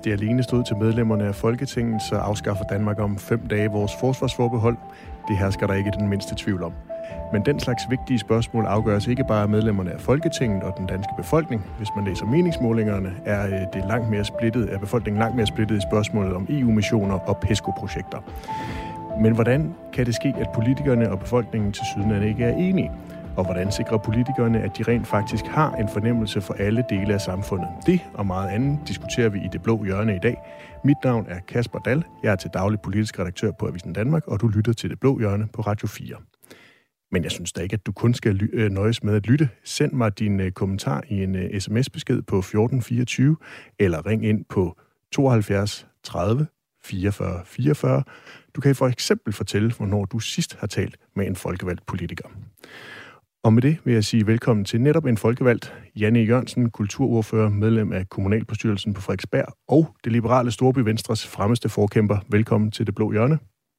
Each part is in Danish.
det alene stod til medlemmerne af Folketinget, så afskaffer Danmark om 5 dage vores forsvarsforbehold. Det hersker der ikke den mindste tvivl om. Men den slags vigtige spørgsmål afgøres ikke bare af medlemmerne af Folketinget og den danske befolkning. Hvis man læser meningsmålingerne, er befolkningen langt mere splittet i spørgsmålet om EU-missioner og PESCO-projekter. Men hvordan kan det ske, at politikerne og befolkningen til sydenlande ikke er enige? Og hvordan sikrer politikerne, at de rent faktisk har en fornemmelse for alle dele af samfundet? Det og meget andet diskuterer vi i Det Blå Hjørne i dag. Mit navn er Kasper Dahl. Jeg er til daglig politisk redaktør på Avisen Danmark, og du lytter til Det Blå Hjørne på Radio 4. Men jeg synes da ikke, at du kun skal nøjes med at lytte. Send mig din kommentar i en sms-besked på 1424, eller ring ind på 72 30 44 44. Du kan for eksempel fortælle, hvornår du sidst har talt med en folkevalgt politiker. Og med det vil jeg sige velkommen til netop en folkevalgt, Jan E. Jørgensen, kulturordfører, medlem af kommunalbestyrelsen på Frederiksberg og det liberale Storby Venstres fremmeste forkæmper. Velkommen til Det Blå Hjørne.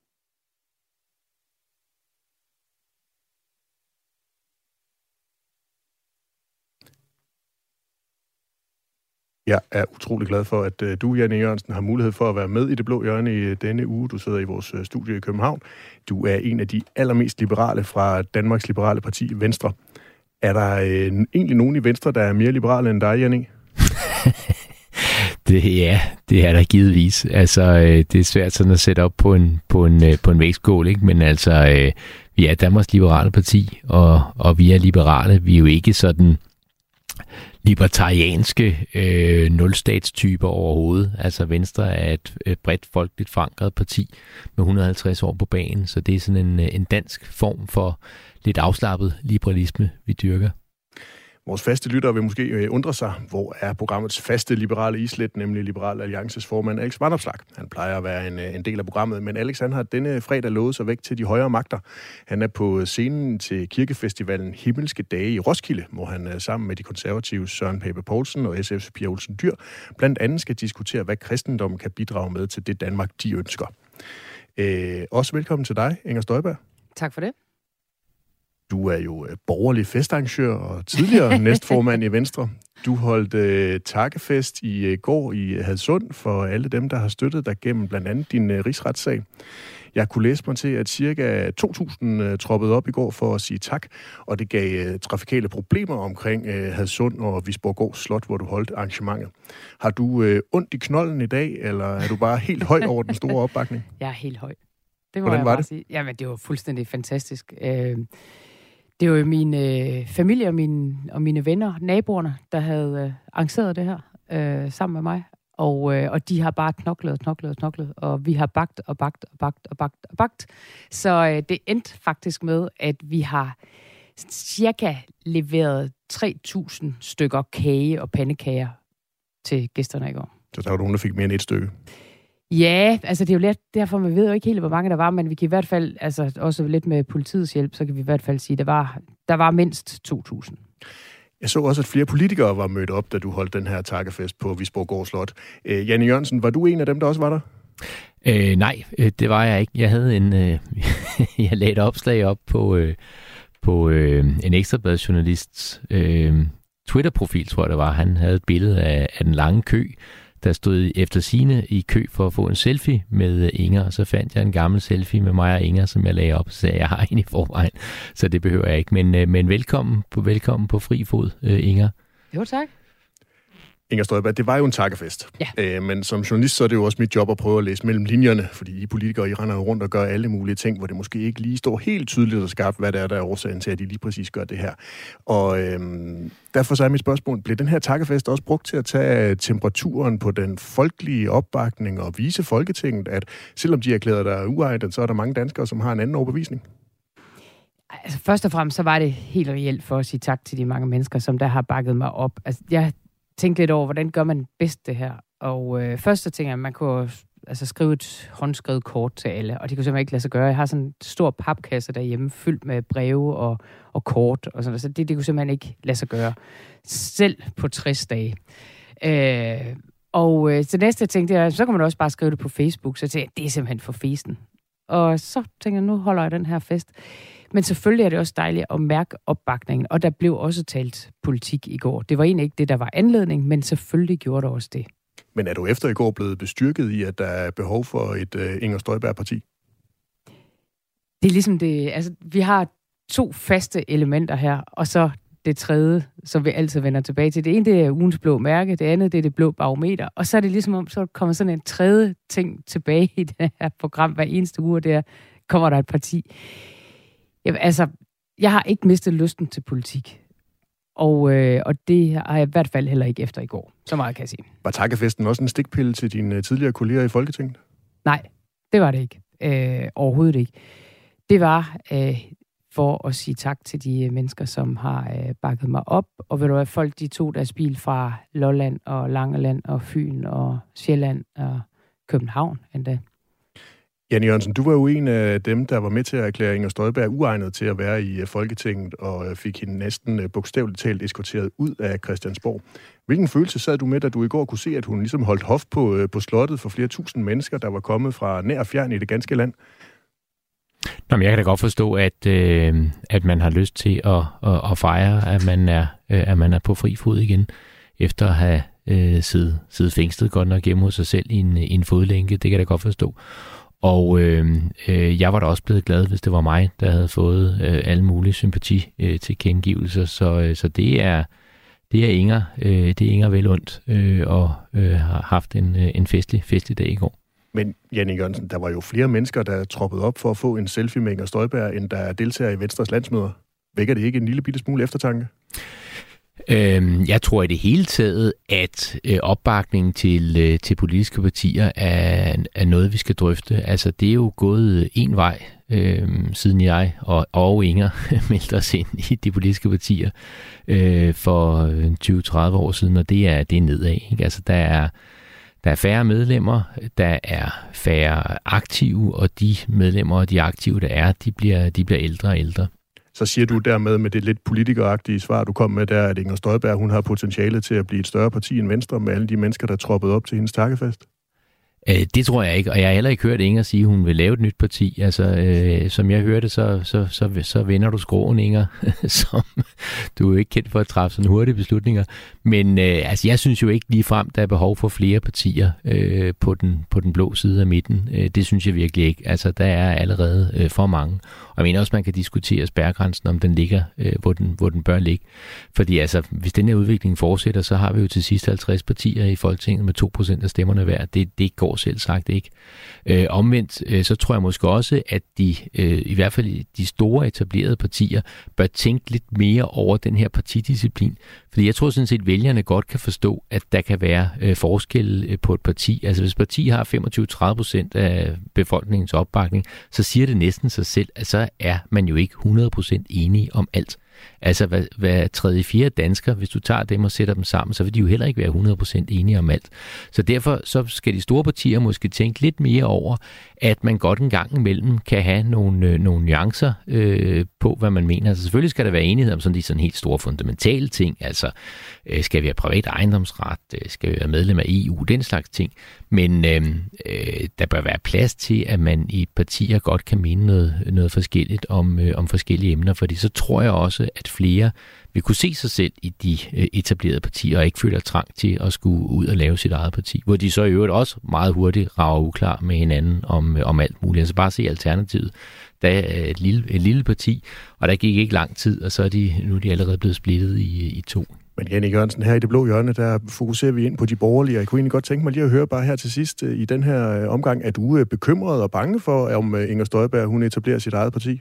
Jeg er utrolig glad for, at du, Jan E. Jørgensen, har mulighed for at være med i Det Blå Hjørne i denne uge. Du sidder i vores studie i København. Du er en af de allermest liberale fra Danmarks Liberale Parti, Venstre. Er der egentlig nogen i Venstre, der er mere liberale end dig, Jan E.? Det er der givetvis. Altså, det er svært sådan at sætte op på en vægtskål, ikke? Men altså, vi er Danmarks Liberale Parti, og vi er liberale. Vi er jo ikke sådan libertarianske nulstatstyper overhovedet. Altså Venstre er et bredt folkeligt forankret parti med 150 år på banen, så det er sådan en dansk form for lidt afslappet liberalisme, vi dyrker. Vores faste lyttere vil måske undre sig, hvor er programmets faste liberale islet, nemlig Liberal Alliances formand Alex Vanopslagh. Han plejer at være en del af programmet, men Alex han har denne fredag lovet sig væk til de højere magter. Han er på scenen til kirkefestivalen Himmelske Dage i Roskilde, hvor han sammen med de konservative Søren Pape Poulsen og SF's Pia Olsen Dyhr blandt andet skal diskutere, hvad kristendommen kan bidrage med til det Danmark, de ønsker. Også velkommen til dig, Inger Støjberg. Tak for det. Du er jo borgerlig festarrangør og tidligere næstformand i Venstre. Du holdt takkefest i går i Hadsund for alle dem, der har støttet dig gennem blandt andet din rigsretssag. Jeg kunne læse mig til, at ca. 2.000 troppede op i går for at sige tak, og det gav trafikale problemer omkring Hadsund og Visborggård Slot, hvor du holdt arrangementet. Har du ondt i knolden i dag, eller er du bare helt høj over den store opbakning? Jeg er helt høj. Det må Hvordan jeg var bare det? sige. Jamen, det var fuldstændig fantastisk. Det var jo min familie og mine venner, naboerne, der havde arrangeret det her sammen med mig. Og de har bare knoklet, og vi har bagt. Så det endte faktisk med, at vi har cirka leveret 3.000 stykker kage og pandekager til gæsterne i går. Så der var nogen, der fik mere end et stykke. Ja, altså det er jo lidt derfor, man ved jo ikke helt, hvor mange der var, men vi kan i hvert fald, altså også lidt med politiets hjælp, så kan vi i hvert fald sige, at der var mindst 2.000. Jeg så også, at flere politikere var mødt op, da du holdt den her takkefest på Visborggård Slot. Jan E. Jørgensen, var du en af dem, der også var der? Nej, det var jeg ikke. Jeg havde jeg lagde et opslag op på en ekstrabladsjournalists Twitter-profil, tror jeg det var. Han havde et billede af den lange kø, der stod efter sigende i kø for at få en selfie med Inger, og så fandt jeg en gammel selfie med mig og Inger, som jeg lagde op, så jeg har en i forvejen, så det behøver jeg ikke. Men velkommen på fri fod, Inger. Jo, tak. Inger Støjberg, det var jo en takkefest. Ja. Men som journalist, så er det jo også mit job at prøve at læse mellem linjerne, fordi I politikere, I render jo rundt og gør alle mulige ting, hvor det måske ikke lige står helt tydeligt og skarpt, hvad det er, der er årsagen til, at de lige præcis gør det her. Og derfor så er mit spørgsmål, blev den her takkefest også brugt til at tage temperaturen på den folkelige opbakning og vise Folketinget, at selvom de erklærer dig uegnet, så er der mange danskere, som har en anden overbevisning? Altså, først og fremmest så var det helt reelt for at sige tak til de mange mennesker, som der har bakket mig op. Altså, jeg tænkte lidt over, hvordan gør man bedst det her? Og først så tænker jeg, at man kunne skrive et håndskrevet kort til alle, og det kunne simpelthen ikke lade sig gøre. Jeg har sådan en stor papkasse derhjemme, fyldt med breve og kort, og sådan, så det kunne simpelthen ikke lade sig gøre. Selv på 60 dage. Så næste tænkte jeg, så kan man også bare skrive det på Facebook, så tænkte jeg, det er simpelthen for festen. Og så tænkte jeg, nu holder jeg den her fest. Men selvfølgelig er det også dejligt at mærke opbakningen, og der blev også talt politik i går. Det var egentlig ikke det, der var anledning, men selvfølgelig gjorde det også det. Men er du efter i går blevet bestyrket i, at der er behov for et Inger Støjberg-parti? Det er ligesom det... Altså, vi har 2 faste elementer her, og så det tredje, som vi altid vender tilbage til. Det ene, det er ugens blå mærke, det andet, det er det blå barometer, og så er det ligesom om, så kommer sådan en tredje ting tilbage i det her program hver eneste uge, det er, kommer der et parti. Jeg har ikke mistet lysten til politik. Og det har jeg i hvert fald heller ikke efter i går. Så meget kan jeg sige. Var takkefesten også en stikpille til dine tidligere kolleger i Folketinget? Nej, det var det ikke. Overhovedet ikke. Det var for at sige tak til de mennesker, som har bakket mig op. Og ved du hvad, folk de tog deres bil fra Lolland og Langeland og Fyn og Sjælland og København endda. Jan Jørgensen, du var jo en af dem, der var med til at erklære Inger Støjberg uegnet til at være i Folketinget, og fik hende næsten bogstaveligt talt eskorteret ud af Christiansborg. Hvilken følelse sad du med, da du i går kunne se, at hun ligesom holdt hof på slottet for flere tusind mennesker, der var kommet fra nær og fjern i det ganske land? Nå, men jeg kan da godt forstå, at man har lyst til at fejre, at man er på fri fod igen, efter at have siddet fængslet godt nok hjemme hos sig selv i en fodlænke. Det kan jeg da godt forstå. Og jeg var da også blevet glad, hvis det var mig, der havde fået alle mulige sympati til kendegivelser. Så det er Inger vel ondt og har haft en festlig dag i går. Men Jan Jørgensen, der var jo flere mennesker, der troppede op for at få en selfie med Inger Støjberg, end der deltager i Venstres landsmøder. Vækker det ikke en lille bitte smule eftertanke? Jeg tror i det hele taget, at opbakningen til politiske partier er noget, vi skal drøfte. Altså, det er jo gået en vej, siden jeg og Inger meldte os ind i de politiske partier for 20-30 år siden, og det er nedad. Ikke? Altså, der er færre medlemmer, der er færre aktive, og de medlemmer og de aktive, der er, de bliver ældre og ældre. Så siger du dermed med det lidt politikeragtige svar, du kom med der, at Inger Støjberg, hun har potentiale til at blive et større parti end Venstre med alle de mennesker, der troppede op til hendes takkefest? Det tror jeg ikke, og jeg har heller ikke hørt Inger sige, at hun vil lave et nyt parti. Altså, som jeg hørte, så vender du skroen, Inger, som du er jo ikke kendt for at træffe sådan hurtige beslutninger. Men altså, jeg synes jo ikke ligefrem, der er behov for flere partier på den blå side af midten. Det synes jeg virkelig ikke. Altså, der er allerede for mange. Og jeg mener også, man kan diskutere spærregrænsen, om den ligger, hvor den bør ligge. Fordi altså, hvis den her udvikling fortsætter, så har vi jo til sidst 50 partier i Folketinget med 2% af stemmerne hver. Det går selv sagt ikke. Omvendt, så tror jeg måske også, at i hvert fald de store etablerede partier bør tænke lidt mere over den her partidisciplin. Fordi jeg tror sådan set, at vælgerne godt kan forstå, at der kan være forskelle på et parti. Altså hvis parti har 25-30% af befolkningens opbakning, så siger det næsten sig selv, at så er man jo ikke 100% enige om alt. Altså hver tredje, fjerde dansker, hvis du tager dem og sætter dem sammen, så vil de jo heller ikke være 100% enige om alt. Så derfor så skal de store partier måske tænke lidt mere over, at man godt en gang imellem kan have nogle nuancer på, hvad man mener. Altså selvfølgelig skal der være enighed om sådan helt store fundamentale ting. Altså skal vi have privat ejendomsret, skal vi være medlem af EU, den slags ting. Men der bør være plads til, at man i partier godt kan mene noget forskelligt om forskellige emner, fordi så tror jeg også, at flere vil kunne se sig selv i de etablerede partier, og ikke føler trang til at skulle ud og lave sit eget parti, hvor de så i øvrigt også meget hurtigt rager uklar med hinanden om alt muligt. Altså bare se alternativet. Der er et lille parti, og der gik ikke lang tid, og så nu er de allerede blevet splittet i to. Men Jan Jørgensen, her i Det Blå Hjørne, der fokuserer vi ind på de borgerlige, og jeg kunne egentlig godt tænke mig lige at høre bare her til sidst i den her omgang, er du bekymret og bange for, om Inger Støjberg, hun etablerer sit eget parti?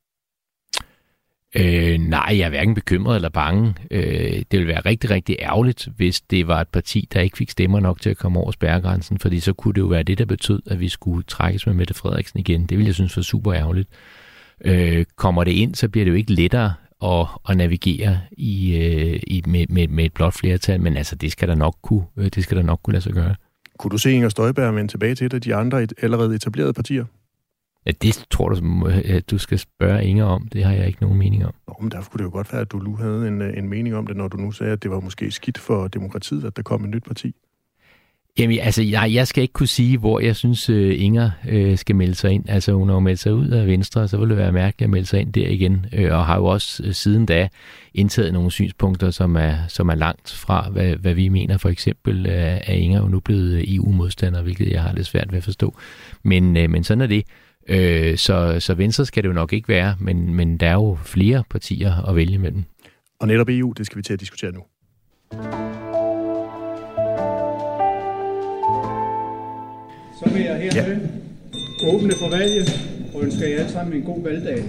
Nej, jeg er hverken bekymret eller bange. Det ville være rigtig, rigtig ærgerligt, hvis det var et parti, der ikke fik stemmer nok til at komme over spærregrænsen, fordi så kunne det jo være det, der betød, at vi skulle trækkes med Mette Frederiksen igen. Det ville jeg synes var super ærgerligt. Kommer det ind, så bliver det jo ikke lettere at navigere med et blot flertal, men altså det skal der nok kunne lade sig gøre. Kunne du se Inger Støjberg vende tilbage til et af de andre allerede etablerede partier? Ja, det tror du skal spørge Inger om. Det har jeg ikke nogen mening om. Nå, men derfor kunne det jo godt være, at du nu havde en mening om det, når du nu sagde, at det var måske skidt for demokratiet, at der kom et nyt parti. Jamen, altså, jeg skal ikke kunne sige, hvor jeg synes, Inger skal melde sig ind. Altså, hun har jo meldt sig ud af Venstre, så vil det være mærkeligt at melde sig ind der igen. Og har jo også siden da indtaget nogle synspunkter, som er langt fra, hvad vi mener. For eksempel er Inger jo nu blevet EU-modstander, hvilket jeg har lidt svært ved at forstå. Men sådan er det. Så Venstre skal det jo nok ikke være, men der er jo flere partier at vælge mellem. Og netop EU, det skal vi til at diskutere nu. Så vil jeg hermed åbne for valget og ønsker jer alle sammen en god valgdag.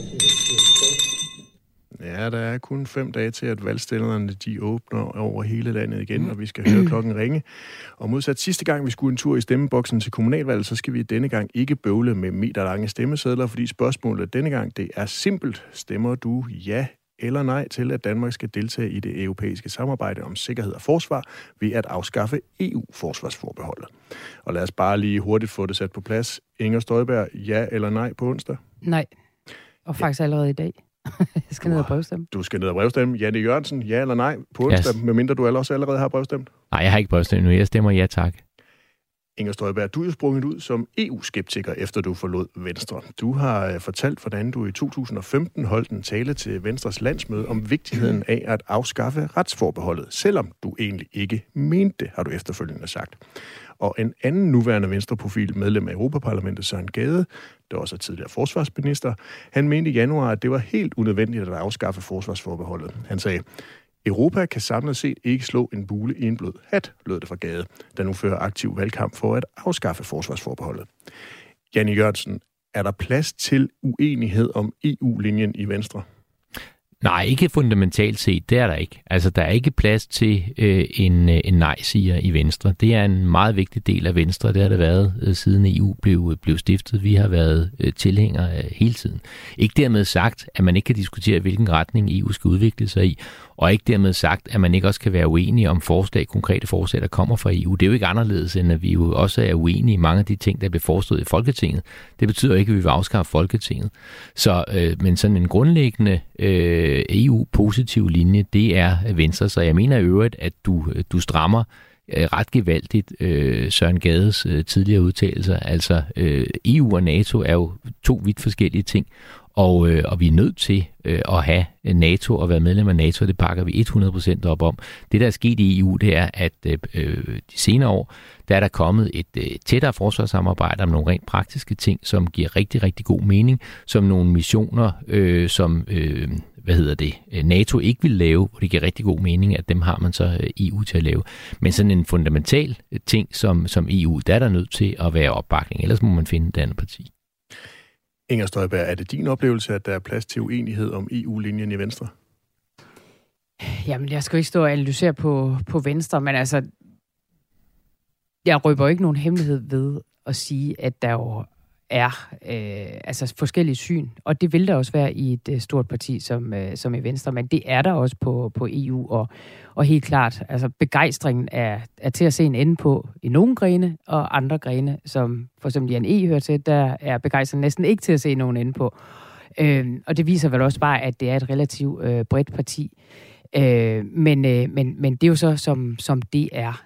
Ja, der er kun 5 dage til, at valgstillerne de åbner over hele landet igen, og vi skal høre klokken ringe. Og modsat sidste gang, vi skulle en tur i stemmeboksen til kommunalvalget, så skal vi denne gang ikke bøvle med meterlange stemmesedler, fordi spørgsmålet denne gang, det er simpelt. Stemmer du ja eller nej til, at Danmark skal deltage i det europæiske samarbejde om sikkerhed og forsvar ved at afskaffe EU-forsvarsforbeholdet? Og lad os bare lige hurtigt få det sat på plads. Inger Støjberg, ja eller nej på onsdag? Nej. Og faktisk allerede i dag. Jeg skal ned og brevstemme. Du skal ned og brevstemme. Janne Jørgensen, ja eller nej på onsdag, medmindre du også allerede har brevstemt? Nej, jeg har ikke brevstemt nu. Jeg stemmer ja, tak. Inger Støjberg, du er sprunget ud som EU-skeptiker, efter du forlod Venstre. Du har fortalt, hvordan du i 2015 holdt en tale til Venstres landsmøde om vigtigheden af at afskaffe retsforbeholdet, selvom du egentlig ikke mente det, har du efterfølgende sagt. Og en anden nuværende Venstreprofil, medlem af Europaparlamentet, Søren Gade, der også er tidligere forsvarsminister, han mente i januar, at det var helt unødvendigt at afskaffe forsvarsforbeholdet. Han sagde: Europa kan samlet set ikke slå en bule i en blød hat, lød det fra Gade, der nu fører aktiv valgkamp for at afskaffe forsvarsforbeholdet. Janne Jørgensen, er der plads til uenighed om EU-linjen i Venstre? Nej, ikke fundamentalt set, det er der ikke. Altså, der er ikke plads til en nej-siger i Venstre. Det er en meget vigtig del af Venstre. Det har det været, siden EU blev stiftet. Vi har været tilhængere hele tiden. Ikke dermed sagt, at man ikke kan diskutere, hvilken retning EU skal udvikle sig i, og ikke dermed sagt, at man ikke også kan være uenige om konkrete forslag, der kommer fra EU. Det er jo ikke anderledes, end at vi jo også er uenige i mange af de ting, der bliver foreslået i Folketinget. Det betyder ikke, at vi vil afskaffe Folketinget. Så, men sådan en grundlæggende EU-positiv linje, det er Venstre. Så jeg mener i øvrigt, at du strammer ret gevaldigt Søren Gades tidligere udtalelser. Altså EU og NATO er jo 2 vidt forskellige ting, og vi er nødt til at have NATO og være medlem af NATO, det pakker vi 100% op om. Det, der er sket i EU, det er, at de senere år, der er der kommet et tættere forsvarssamarbejde om nogle rent praktiske ting, som giver rigtig, rigtig god mening, som nogle missioner, som NATO ikke vil lave, hvor det giver rigtig god mening, at dem har man så EU til at lave. Men sådan en fundamental ting som EU, der er der nødt til at være opbakning, ellers må man finde et andet parti. Inger Støjberg, er det din oplevelse, at der er plads til uenighed om EU-linjen i Venstre? Jamen, jeg skal jo ikke stå og analysere på Venstre, men altså, jeg røber ikke nogen hemmelighed ved at sige, at der jo er forskellige syn, og det vil der også være i et stort parti som i Venstre, men det er der også på EU, og helt klart, altså begejstringen er til at se en ende på i nogle grene, og andre grene, som for eksempel Jan E. hører til, der er begejstringen næsten ikke til at se nogen ende på. Og det viser vel også bare, at det er et relativt bredt parti. Men det er jo så, som det er.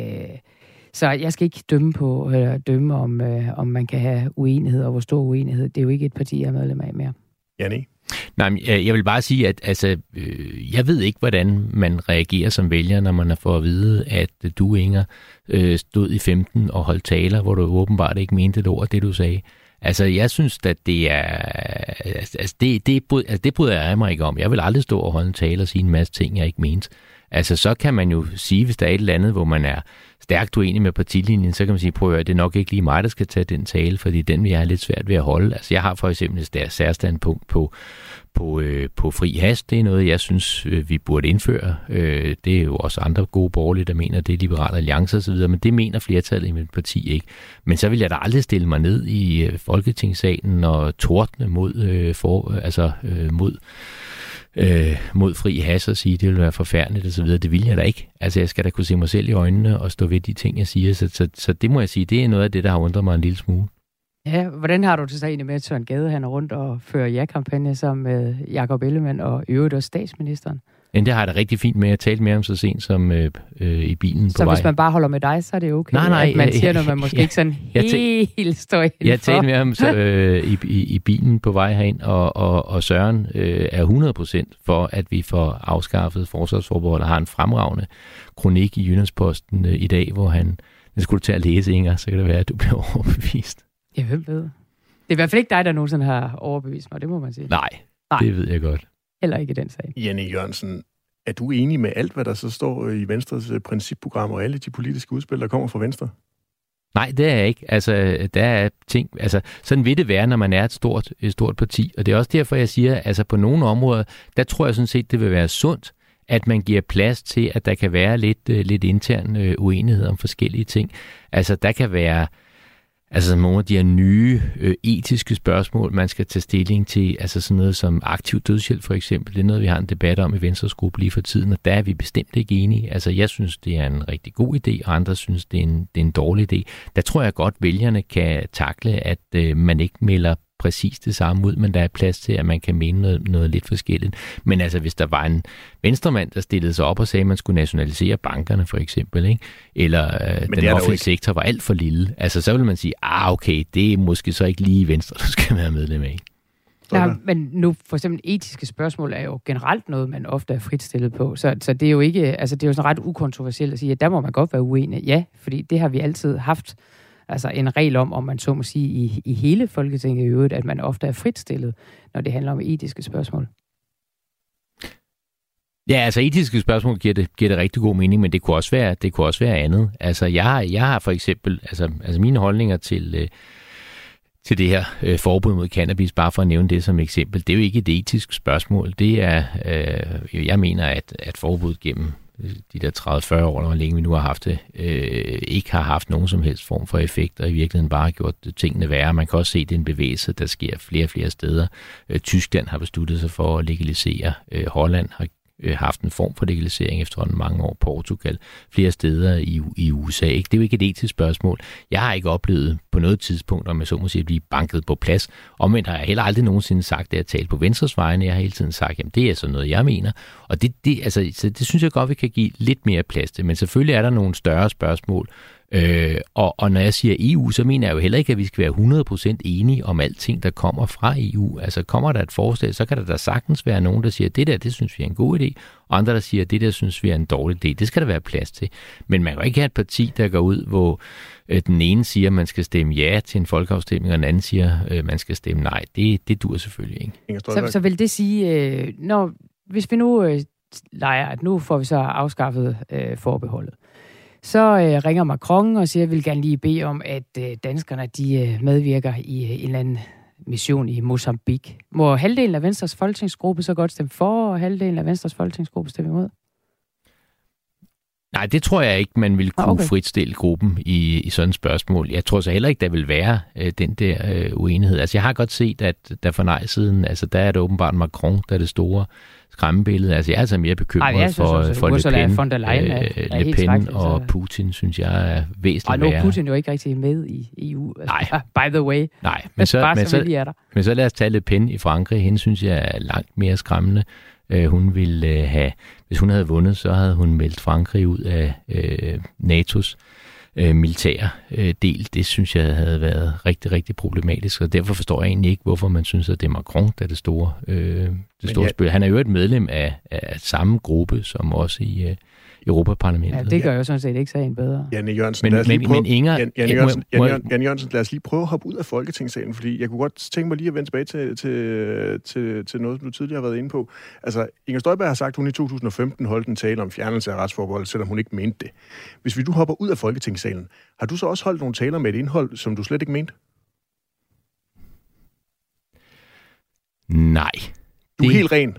Så jeg skal ikke dømme om man kan have uenighed, og hvor stor uenighed. Det er jo ikke et parti, jeg er medlem af mere. Janne? Nej, jeg vil bare sige, at jeg ved ikke, hvordan man reagerer som vælger, når man har fået at vide, at du, Inger, stod i 15 og holdt taler, hvor du åbenbart ikke mente et ord af det, du sagde. Altså, jeg synes, at det er... det bryder jeg mig ikke om. Jeg vil aldrig stå og holde en tale og sige en masse ting, jeg ikke mente. Altså, så kan man jo sige, hvis der er et eller andet, hvor man er stærkt uenig med partilinjen, så kan man sige, prøv at høre, det er nok ikke lige mig, der skal tage den tale, fordi den vil jeg have lidt svært ved at holde. Altså, jeg har for eksempel et særstandpunkt på fri hash. Det er noget, jeg synes, vi burde indføre. Det er jo også andre gode borgerlige, der mener, det er Liberal Alliance osv., men det mener flertallet i mit parti ikke. Men så vil jeg da aldrig stille mig ned i Folketingssalen og tordne mod fri hash og sige, at det vil være forfærdeligt osv. Det vil jeg da ikke. Altså, jeg skal da kunne se mig selv i øjnene og stå ved de ting, jeg siger. Så det må jeg sige, det er noget af det, der har undret mig en lille smule. Ja, hvordan har du det så egentlig med, at Søren Gade han er rundt og fører ja-kampagne sammen med Jakob Ellemann og øvrigt også statsministeren? Men det har jeg da rigtig fint med. Jeg talte med ham så sent som i bilen på vej. Så hvis man bare holder med dig, så er det okay, nej, at man siger noget, man måske ikke sådan helt står indenfor. Jeg talte med ham så, i bilen på vej herind, og Søren er 100% for, at vi får afskaffet forsvarsforbeholdet, og har en fremragende kronik i Jyllandsposten i dag, hvor han skulle til at læse, Inger, så kan det være, at du bliver overbevist. Ja, hvem ved. Det er i hvert fald ikke dig, der nogensinde har overbevist mig, det må man sige. Nej, det ved jeg godt. Heller ikke i den sag. Janne Jørgensen, er du enig med alt, hvad der så står i Venstres principprogram og alle de politiske udspil, der kommer fra Venstre? Nej, det er jeg ikke. Altså, der er ting... Altså, sådan vil det være, når man er et stort parti. Og det er også derfor, jeg siger, altså på nogle områder, der tror jeg sådan set, det vil være sundt, at man giver plads til, at der kan være lidt intern uenighed om forskellige ting. Altså, der kan være... Altså nogle af de her nye etiske spørgsmål, man skal tage stilling til, altså sådan noget som aktiv dødshjælp for eksempel, det er noget, vi har en debat om i Venstres gruppe lige for tiden, og der er vi bestemt ikke enige. Altså jeg synes, det er en rigtig god idé, og andre synes, det er en dårlig idé. Der tror jeg godt, vælgerne kan takle, at man ikke melder præcis det samme ud, men der er plads til, at man kan mene noget lidt forskelligt. Men altså, hvis der var en venstremand, der stillede sig op og sagde, at man skulle nationalisere bankerne for eksempel, ikke? Eller den offentlige sektor var alt for lille, altså så vil man sige, okay, det er måske så ikke lige Venstre, du skal være medlem af. Ja, men nu for eksempel etiske spørgsmål er jo generelt noget, man ofte er fritstillet på, så det er jo ikke, altså det er jo sådan ret ukontroversielt at sige, at der må man godt være uenig. Ja, fordi det har vi altid haft. Altså en regel om man så må sige, i hele Folketinget i øvrigt, at man ofte er fritstillet, når det handler om etiske spørgsmål. Ja, altså etiske spørgsmål giver det rigtig god mening, men det kunne også være andet. Altså jeg har for eksempel, altså mine holdninger til det her forbud mod cannabis, bare for at nævne det som eksempel, det er jo ikke et etisk spørgsmål. Det er, jeg mener, at forbud gennem de der 30-40 år, hvor længe vi nu har haft det, ikke har haft nogen som helst form for effekt, og i virkeligheden bare har gjort tingene værre. Man kan også se, at det er en bevægelse, der sker flere og flere steder. Tyskland har besluttet sig for at legalisere. Holland har haft en form for legalisering efterhånden mange år. Portugal, flere steder i USA. Ikke? Det er jo ikke et etisk spørgsmål. Jeg har ikke oplevet på noget tidspunkt, om jeg så må sige, at blive banket på plads. Omvendt har jeg heller aldrig nogensinde sagt, at jeg talte på Venstres vegne. Jeg har hele tiden sagt, at det er sådan noget, jeg mener. Og det synes jeg godt, vi kan give lidt mere plads til. Men selvfølgelig er der nogle større spørgsmål. Og når jeg siger EU, så mener jeg jo heller ikke, at vi skal være 100% enige om alting, der kommer fra EU. Altså kommer der et forslag, så kan der da sagtens være nogen, der siger, at det der, det synes vi er en god idé, og andre, der siger, at det der synes vi er en dårlig idé. Det skal der være plads til. Men man kan jo ikke have et parti, der går ud, hvor den ene siger, at man skal stemme ja til en folkeafstemning, og den anden siger, at man skal stemme nej. Det dur selvfølgelig ikke. Så vil det sige, hvis vi nu leger, at nu får vi så afskaffet forbeholdet, så ringer Macron og siger, at jeg vil gerne lige bede om, at danskerne de medvirker i en eller anden mission i Mozambique. Må halvdelen af Venstres folketingsgruppe så godt stemme for, og halvdelen af Venstres folketingsgruppe stemme imod? Nej, det tror jeg ikke, man vil kunne fritstille gruppen i sådan et spørgsmål. Jeg tror så heller ikke, der vil være den der uenighed. Altså, jeg har godt set, at der for nej-siden, altså der er det åbenbart Macron, der er det store skræmmebillede. Altså, jeg er altså mere bekymret for Le Pen og Putin, synes jeg er væsentligt værre. Og nu er Putin jo ikke rigtig med i EU. Altså, by the way. Nej, men så lad os tage Le Pen i Frankrig. Hende synes jeg er langt mere skræmmende. Hun ville have, hvis hun havde vundet, så havde hun meldt Frankrig ud af NATO's militære del. Det synes jeg havde været rigtig, rigtig problematisk, og derfor forstår jeg egentlig ikke, hvorfor man synes, at det er Macron, der er det store spil. Han er jo et medlem af samme gruppe, som også i Europaparlamentet. Ja, det gør jo sådan set ikke sagen bedre. Janne Jørgensen, lad os lige prøve at hoppe ud af Folketingssalen, fordi jeg kunne godt tænke mig lige at vende tilbage til noget, du tidligere har været inde på. Altså, Inger Støjberg har sagt, at hun i 2015 holdt en tale om fjernelse af retsforbeholdet, selvom hun ikke mente det. Hvis vi nu hopper ud af Folketingssalen, har du så også holdt nogle taler med et indhold, som du slet ikke mente? Nej. Du er helt ren.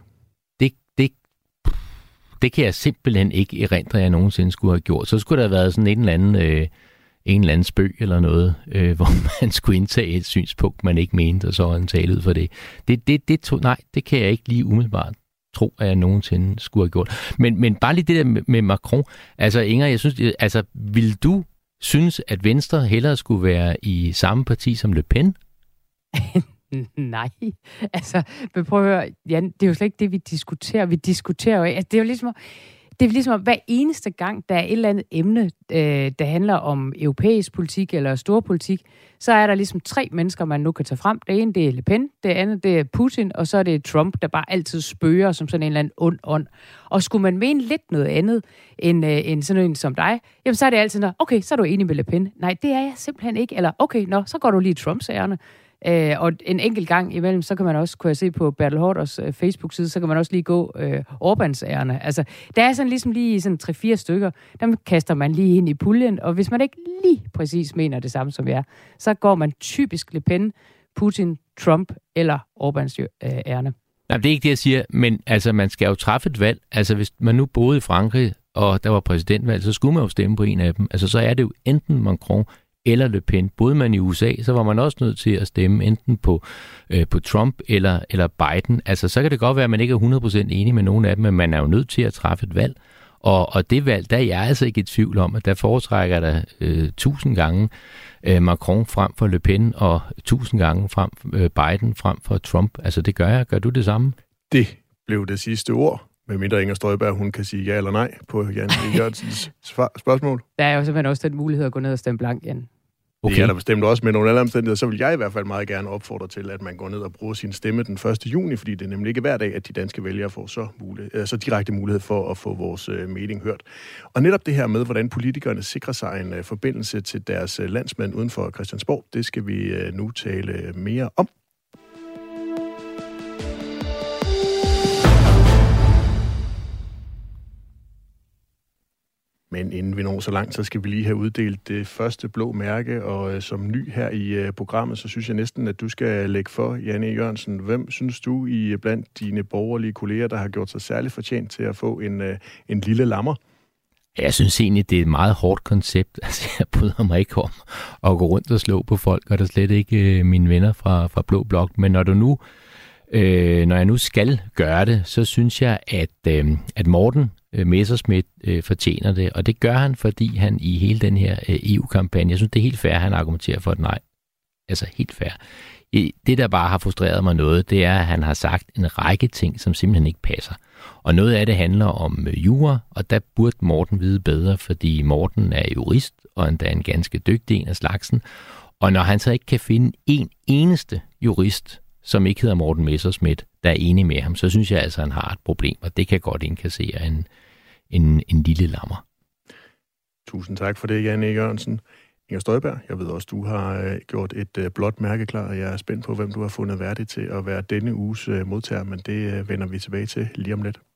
Det kan jeg simpelthen ikke erindre, at jeg nogensinde skulle have gjort. Så skulle der have været sådan en eller anden spøg eller noget, hvor man skulle indtage et synspunkt, man ikke mente, og så en tale ud for det. Nej, det kan jeg ikke lige umiddelbart tro, at jeg nogensinde skulle have gjort. Men bare lige det der med Macron. Altså Inger, jeg synes, vil du synes, at Venstre hellere skulle være i samme parti som Le Pen? Nej, altså, men prøv at høre, Jan, det er jo slet ikke det, vi diskuterer. Vi diskuterer jo ikke, altså, det er jo ligesom, hver eneste gang, der er et eller andet emne, der handler om europæisk politik eller storpolitik, så er der ligesom 3 mennesker, man nu kan tage frem. Det ene, det er Le Pen, det andet, det er Putin, og så er det Trump, der bare altid spøger som sådan en eller anden ond ånd. Og skulle man mene lidt noget andet end sådan en som dig, jamen så er det altid, okay, så er du enig med Le Pen. Nej, det er jeg simpelthen ikke. Eller okay, så går du lige Trumps ærne. Og en enkelt gang imellem, så kan man også, kunne jeg se på Bertel Haarders Facebook-side, så kan man også lige gå Orbáns ærne. Altså, der er sådan ligesom lige sådan 3-4 stykker, dem kaster man lige ind i puljen, og hvis man ikke lige præcis mener det samme som jeg, så går man typisk Le Pen, Putin, Trump eller Orbáns ærne. Nej, det er ikke det, jeg siger, men altså, man skal jo træffe et valg. Altså, hvis man nu boede i Frankrig, og der var præsidentvalg, så skulle man jo stemme på en af dem. Altså, så er det jo enten Macron eller Le Pen. Boede man i USA, så var man også nødt til at stemme enten på Trump eller Biden. Altså, så kan det godt være, at man ikke er 100% enig med nogen af dem, men man er jo nødt til at træffe et valg. Og det valg, der er jeg altså ikke i tvivl om, at der foretrækker der 1000 gange Macron frem for Le Pen, og 1000 gange frem Biden frem for Trump. Altså, det gør jeg. Gør du det samme? Det blev det sidste ord. Medmindre Inger Støjberg, hun kan sige ja eller nej på Jan E. Jørgensens spørgsmål. Der er jo simpelthen også den mulighed at gå ned og stemme blank, Jan. Okay. Det er der bestemt også med nogle andre omstændigheder, så vil jeg i hvert fald meget gerne opfordre til, at man går ned og bruger sin stemme den 1. juni, fordi det er nemlig ikke hver dag, at de danske vælgere får så direkte mulighed for at få vores mening hørt. Og netop det her med, hvordan politikerne sikrer sig en forbindelse til deres landsmænd uden for Christiansborg, det skal vi nu tale mere om. Men inden vi når så langt, så skal vi lige have uddelt det første blå mærke, og som ny her i programmet, så synes jeg næsten, at du skal lægge for, Jan E. Jørgensen. Hvem synes du i blandt dine borgerlige kolleger, der har gjort sig særligt fortjent til at få en lille lammer? Jeg synes egentlig, det er et meget hårdt koncept. Altså, jeg bryder mig ikke om at gå rundt og slå på folk, og der er slet ikke mine venner fra Blå Blok. Men når jeg nu skal gøre det, så synes jeg, at Morten Messerschmidt fortjener det, og det gør han, fordi han i hele den her EU-kampagne, jeg synes, det er helt fair, at han argumenterer for et nej. Altså helt fair. Det, der bare har frustreret mig noget, det er, at han har sagt en række ting, som simpelthen ikke passer. Og noget af det handler om jura, og der burde Morten vide bedre, fordi Morten er jurist, og endda en ganske dygtig en af slagsen. Og når han så ikke kan finde en eneste jurist, som ikke hedder Morten Messerschmidt, der er enig med ham, så synes jeg altså, at han har et problem, og det kan godt indkassere en lille lammer. Tusind tak for det, Jan E. Jørgensen. Inger Støjberg, jeg ved også, du har gjort et blåt mærke klar, og jeg er spændt på, hvem du har fundet værdig til at være denne uges modtager, men det vender vi tilbage til lige om lidt.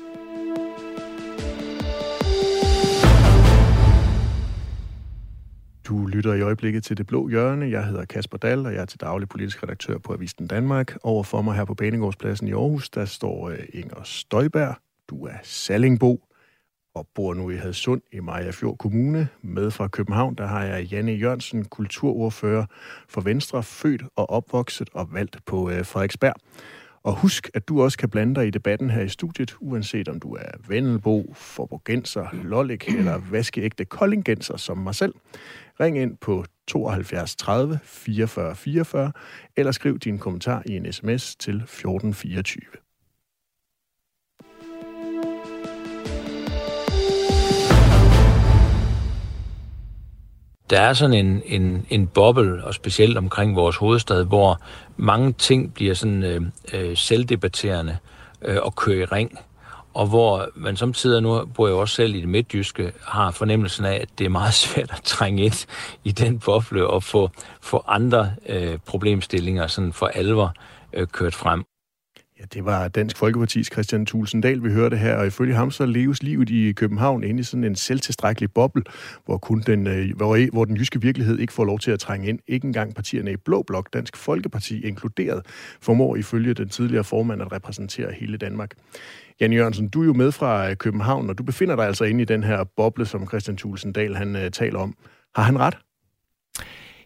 Du lytter i øjeblikket til Det Blå Hjørne. Jeg hedder Kasper Dahl, og jeg er til daglig politisk redaktør på Avisen Danmark. Overfor mig her på Banegårdspladsen i Aarhus, der står Inger Støjberg. Du er sallingbo og bor nu i Hadsund i Mariagerfjord Kommune. Med fra København, der har jeg Jan E. Jørgensen, kulturordfører for Venstre, født og opvokset og valgt på Frederiksberg. Og husk, at du også kan blande dig i debatten her i studiet, uanset om du er Vendelbo, Forborgenser, Lollik eller vaskeægte koldingenser som mig selv. Ring ind på 72 30 44 44, eller skriv din kommentar i en sms til 1424. Der er sådan en boble, og specielt omkring vores hovedstad, hvor mange ting bliver sådan selvdebatterende og kører i ring. Og hvor man samtidig, nu bor jeg også selv i det midtjyske, har fornemmelsen af, at det er meget svært at trænge ind i den boble og få andre problemstillinger sådan for alvor kørt frem. Ja, det var Dansk Folkepartis Kristian Thulesen Dahl, vi hørte her, og ifølge ham så leves livet i København inde i sådan en selvtilstrækkelig boble, hvor den jyske virkelighed ikke får lov til at trænge ind. Ikke engang partierne i Blå Blok, Dansk Folkeparti inkluderet, formår ifølge den tidligere formand at repræsentere hele Danmark. Jan Jørgensen, du er jo med fra København, og du befinder dig altså inde i den her boble, som Kristian Thulesen Dahl han taler om. Har han ret?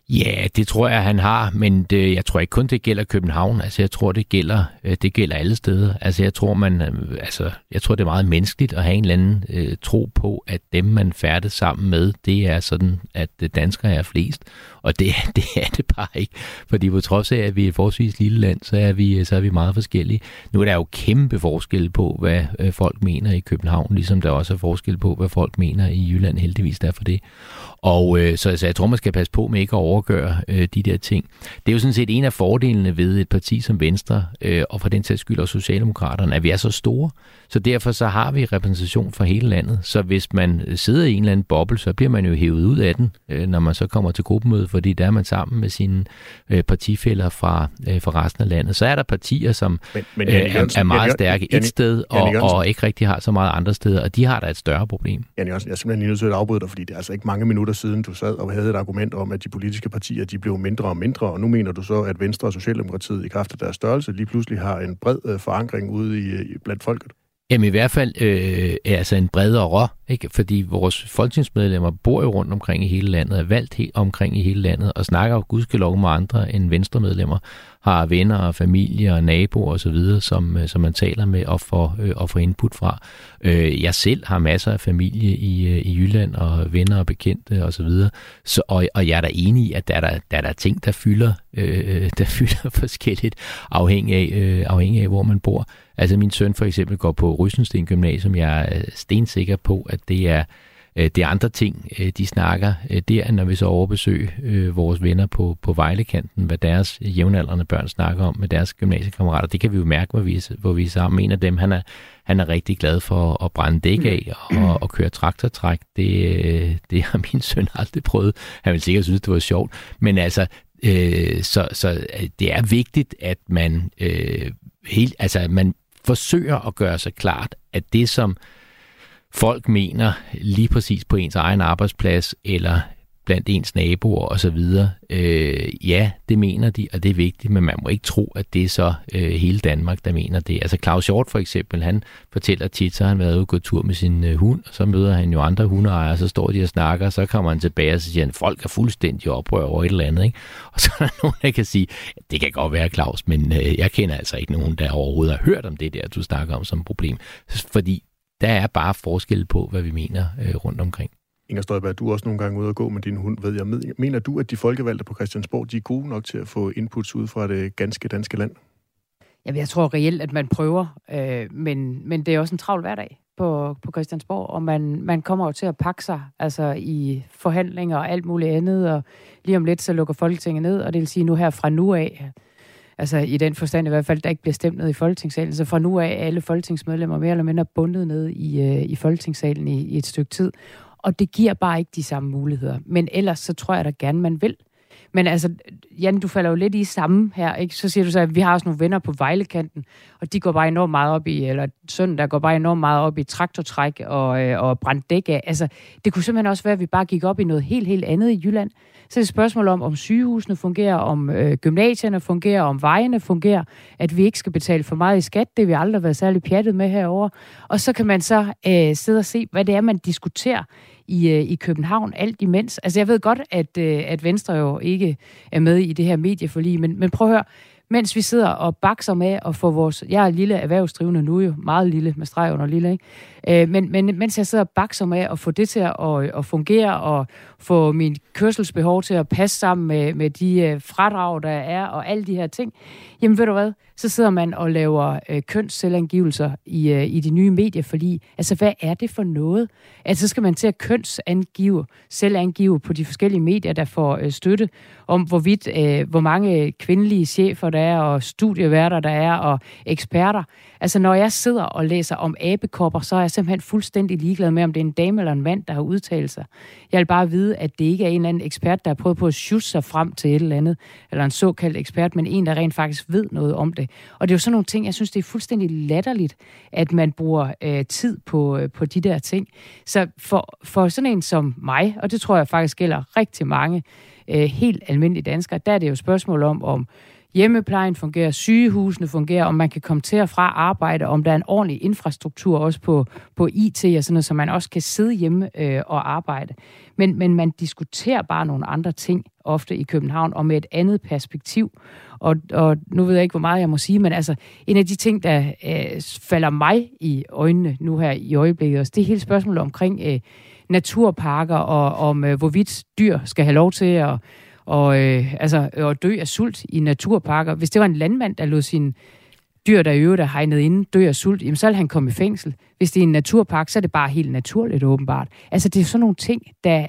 Ja, det tror jeg, han har, men jeg tror ikke kun, det gælder København. Altså, jeg tror, det gælder alle steder. Altså, jeg tror, det er meget menneskeligt at have en eller anden tro på, at dem, man færdes sammen med, det er sådan, at danskere er flest. Og det er det bare ikke. Fordi på trods af, at vi er et forholdsvis lille land, så er vi meget forskellige. Nu er der jo kæmpe forskel på, hvad folk mener i København, ligesom der også er forskel på, hvad folk mener i Jylland, heldigvis derfor det. Og så jeg tror, man skal passe på med ikke at overgøre de der ting. Det er jo sådan set en af fordelene ved et parti som Venstre, og for den sags skyld også Socialdemokraterne, at vi er så store. Så derfor så har vi repræsentation for hele landet. Så hvis man sidder i en eller anden boble, så bliver man jo hævet ud af den, når man så kommer til gruppemøde, fordi der er man sammen med sine partifæller fra resten af landet. Så er der partier, som er meget stærke et sted, og ikke rigtig har så meget andre steder, og de har da et større problem. Janne Jørgensen, jeg er simpelthen lige nødt til at afbryde dig, fordi det er altså ikke mange minutter siden, du sad og havde et argument om, at de politiske partier, de blev mindre og mindre, og nu mener du så, at Venstre og Socialdemokratiet i kraft af deres størrelse lige pludselig har en bred forankring ude blandt folket? Jamen i hvert fald altså en bredere, ikke? Fordi vores folketingsmedlemmer bor jo rundt omkring i hele landet, er valgt helt omkring i hele landet, og snakker jo gudskelov med andre end Venstremedlemmer, har venner og familie og naboer osv., som man taler med og får input fra. Jeg selv har masser af familie i Jylland og venner og bekendte osv., og jeg er da enig i, at der er ting, der fylder forskelligt afhængig af, hvor man bor. Altså min søn for eksempel går på Rysensten Gymnasium. Jeg er stensikker på, at det er andre ting, de snakker der, når vi så overbesøger vores venner på Vejlekanten, hvad deres jævnaldrende børn snakker om med deres gymnasiekammerater. Det kan vi jo mærke, hvor vi er sammen. En af dem, han er rigtig glad for at brænde dæk af og køre traktortræk. Det har min søn aldrig prøvet. Han ville sikkert synes, det var sjovt. Men altså, så det er vigtigt, at man man forsøger at gøre sig klart, at det, som folk mener lige præcis på ens egen arbejdsplads eller blandt ens naboer osv., ja, det mener de, og det er vigtigt, men man må ikke tro, at det er så hele Danmark, der mener det. Altså Claus Hjort for eksempel, han fortæller tit, så har han været ude og gå tur med sin hund, og så møder han jo andre hundeejere, så står de og snakker, og så kommer han tilbage og så siger, at folk er fuldstændig oprør over et eller andet, ikke? Og så er der nogen, der kan sige, det kan godt være, Claus, men jeg kender altså ikke nogen, der overhovedet har hørt om det der, du snakker om som problem. Fordi der er bare forskel på, hvad vi mener rundt omkring. Inger Støjberg, du er også nogle gange ude at gå med din hund, ved jeg. Mener du, at de folkevalgte på Christiansborg, de er gode nok til at få inputs ud fra det ganske danske land? Jamen, jeg tror reelt, at man prøver, men det er også en travl hverdag på Christiansborg, og man kommer jo til at pakke sig altså i forhandlinger og alt muligt andet, og lige om lidt, så lukker Folketinget ned, og det vil sige nu her fra nu af, altså i den forstand i hvert fald, der ikke bliver stemt ned i Folketingssalen, så fra nu af er alle folketingsmedlemmer mere eller mindre bundet ned i Folketingssalen i et stykke tid. Og det giver bare ikke de samme muligheder. Men ellers så tror jeg da gerne, man vil. Men altså, Jan, du falder jo lidt i samme her, ikke? Så siger du så, at vi har også nogle venner på Vejlekanten, og de går bare enormt meget op i, eller sønnen, der går bare enormt meget op i traktortræk og brændt dæk af. Altså, det kunne simpelthen også være, at vi bare gik op i noget helt andet i Jylland. Så er det et spørgsmål om sygehusene fungerer, om gymnasierne fungerer, om vejene fungerer, at vi ikke skal betale for meget i skat. Det har vi aldrig været særlig pjattet med herover. Og så kan man så sidde og se, hvad det er, man diskuterer i København alt imens. Altså jeg ved godt, at Venstre jo ikke er med i det her medieforlig, men prøv at høre, mens vi sidder og bakser med at få vores... Jeg er lille erhvervsdrivende nu jo, meget lille, med streg under lille, ikke? Men mens jeg sidder og bakser med at få det til at fungere, og få min kørselsbehov til at passe sammen med de fradrag, der er, og alle de her ting, jamen ved du hvad, så sidder man og laver kønsselvangivelser i de nye medieforlig. Altså hvad er det for noget? Altså så skal man til at selvangive på de forskellige medier, der får støtte, om hvor mange kvindelige chefer der er, og studieværter der er, og eksperter. Altså når jeg sidder og læser om abekopper, så er jeg simpelthen fuldstændig ligeglad med, om det er en dame eller en mand, der har udtalt sig. Jeg vil bare vide, at det ikke er en eller anden ekspert, der har prøvet på at sjusse sig frem til et eller andet, eller en såkaldt ekspert, men en, der rent faktisk ved noget om det. Og det er jo sådan nogle ting, jeg synes, det er fuldstændig latterligt, at man bruger tid på de der ting. Så for sådan en som mig, og det tror jeg faktisk gælder rigtig mange helt almindelige danskere, der er det jo et spørgsmål om hjemmeplejen fungerer, sygehusene fungerer, om man kan komme til og fra arbejde, om der er en ordentlig infrastruktur også på IT og sådan noget, så man også kan sidde hjemme og arbejde. Men man diskuterer bare nogle andre ting ofte i København, og med et andet perspektiv. Og nu ved jeg ikke, hvor meget jeg må sige, men altså, en af de ting, der falder mig i øjnene nu her i øjeblikket også, det er hele spørgsmålet omkring naturparker, og om hvorvidt dyr skal have lov til at dø af sult i naturparker. Hvis det var en landmand, der lod sine dyr, der i øvrigt er hegnet inde, dø af sult, jamen så ville han komme i fængsel. Hvis det er en naturpark, så er det bare helt naturligt åbenbart. Altså det er sådan nogle ting, der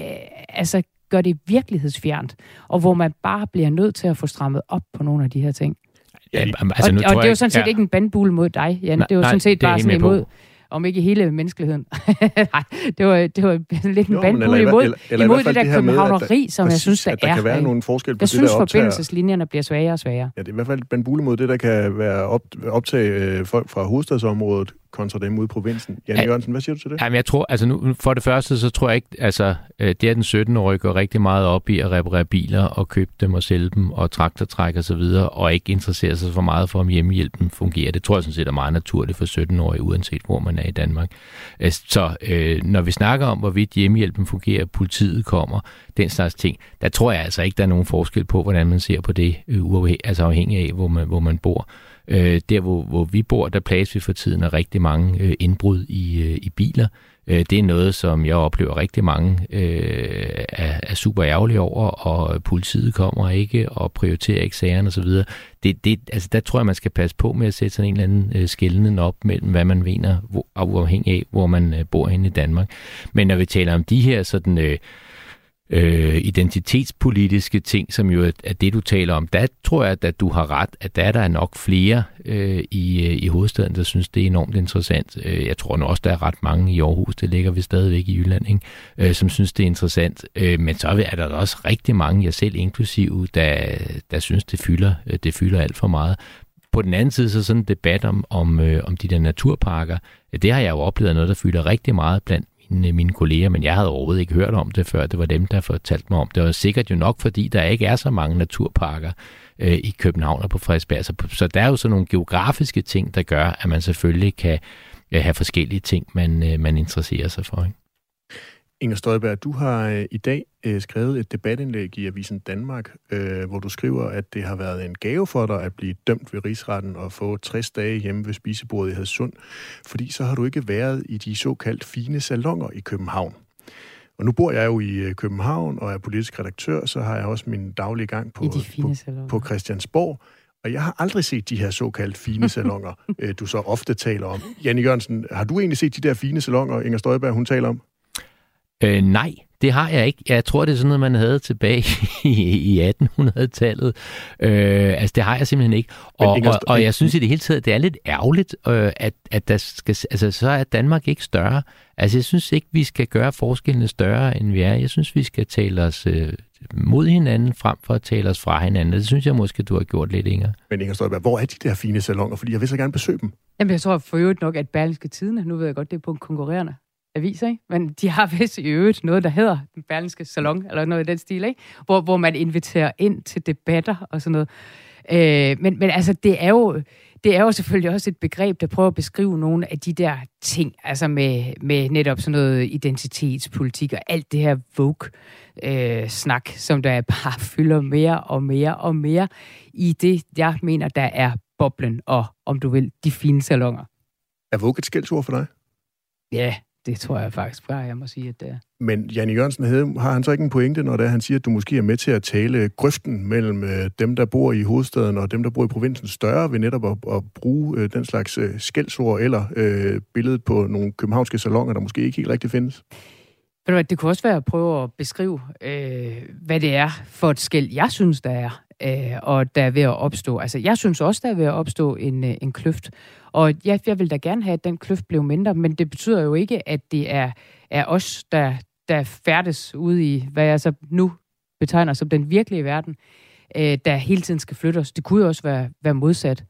gør det virkelighedsfjernt, og hvor man bare bliver nødt til at få strammet op på nogle af de her ting. Ja, altså, og det er jo sådan set ikke en bandbulle mod dig, Jan. Det er jo sådan set bare sådan imod, om ikke hele menneskeligheden. Nej, det var lidt en bandbulle imod det der københavneri, som jeg synes, der er. Der kan være nogle forskel på det, der optager. Jeg synes, forbindelseslinjerne bliver sværere og sværere. Ja, det er i hvert fald bandbulle mod det, der kan være optage folk fra hovedstadsområdet kontra dem ude i provinsen. Jan Jørgensen, hvad siger du til det? Jamen, jeg tror, altså nu, for det første, så tror jeg ikke, altså det er den 17-årige går rigtig meget op i at reparere biler og købe dem og sælge dem og traktortræk og så videre, og ikke interessere sig for meget for, om hjemmehjælpen fungerer. Det tror jeg sådan set er meget naturligt for 17-årige, uanset hvor man er i Danmark. Så når vi snakker om, hvorvidt hjemmehjælpen fungerer, politiet kommer, den slags ting, der tror jeg altså ikke, der er nogen forskel på, hvordan man ser på det, altså afhængig af, hvor man bor. Der, hvor vi bor, der plages vi for tiden af rigtig mange indbrud i biler. Det er noget, som jeg oplever rigtig mange er super ærgerlige over, og politiet kommer ikke og prioriterer ikke sagerne osv. Altså, der tror jeg, man skal passe på med at sætte sådan en eller anden skelnen op mellem, hvad man mener, afhængig af, hvor man bor henne i Danmark. Men når vi taler om de her sådan identitetspolitiske ting, som jo er det, du taler om, der tror jeg, at du har ret, at der er nok flere i hovedstaden, der synes, det er enormt interessant. Jeg tror nu også, der er ret mange i Aarhus, det ligger vi stadigvæk i Jylland, ikke? Som synes, det er interessant. Men så er der også rigtig mange, jeg selv inklusive, der synes, det fylder alt for meget. På den anden side, så sådan en debat om de der naturparker, det har jeg jo oplevet noget, der fylder rigtig meget blandt mine kolleger, men jeg havde overhovedet ikke hørt om det før. Det var dem, der fortalte mig om det. Og sikkert jo nok, fordi der ikke er så mange naturparker i København og på Frederiksberg. Så der er jo sådan nogle geografiske ting, der gør, at man selvfølgelig kan have forskellige ting, man interesserer sig for. Ikke? Inger Støjberg, du har i dag skrevet et debatindlæg i Avisen Danmark, hvor du skriver, at det har været en gave for dig at blive dømt ved Rigsretten og få 60 dage hjemme ved spisebordet i Hadsund, fordi så har du ikke været i de såkaldt fine salonger i København. Og nu bor jeg jo i København og er politisk redaktør, så har jeg også min daglige gang på Christiansborg, og jeg har aldrig set de her såkaldt fine salonger, du så ofte taler om. Jan Jørgensen, har du egentlig set de der fine salonger, Inger Støjberg, hun taler om? Nej, det har jeg ikke. Jeg tror, det er sådan noget, man havde tilbage i 1800-tallet. Altså, det har jeg simpelthen ikke. Og jeg synes i det hele taget, det er lidt ærgerligt, at der skal, altså, så er Danmark ikke større. Altså, jeg synes ikke, vi skal gøre forskellene større, end vi er. Jeg synes, vi skal tale os mod hinanden, frem for at tale os fra hinanden. Det synes jeg måske, du har gjort lidt, Inger. Men Inger Støjberg, hvor er de der fine salonger? Fordi jeg vil så gerne besøge dem. Jamen, jeg tror for øvrigt nok, at Berlingske Tidende, nu ved jeg godt, det er på en konkurrerende aviser, ikke? Men de har vist i øvrigt noget, der hedder den Berlingske Salon, eller noget i den stil, ikke? Hvor man inviterer ind til debatter og sådan noget. Men altså, det er jo selvfølgelig også et begreb, der prøver at beskrive nogle af de der ting, altså med netop sådan noget identitetspolitik og alt det her Vogue-snak, som der bare fylder mere og mere og mere i det, jeg mener, der er boblen og, om du vil, de fine salonger. Er Vogue et skældsord for dig? Ja, det tror jeg faktisk bare, jeg må sige, at det er. Men Jan Jørgensen, har han så ikke en pointe, når han siger, at du måske er med til at tale grøften mellem dem, der bor i hovedstaden og dem, der bor i provinsen større, ved netop at bruge den slags skældsord eller billedet på nogle københavnske salonger, der måske ikke helt rigtig findes? Det kunne også være at prøve at beskrive, hvad det er for et skæld, jeg synes, der er, og der er ved at opstå. Altså, jeg synes også, der er ved at opstå en kløft. Og jeg vil da gerne have, at den kløft blev mindre, men det betyder jo ikke, at det er os, der færdes ude i, hvad jeg så nu betegner som den virkelige verden, der hele tiden skal flytte os. Det kunne jo også være modsat.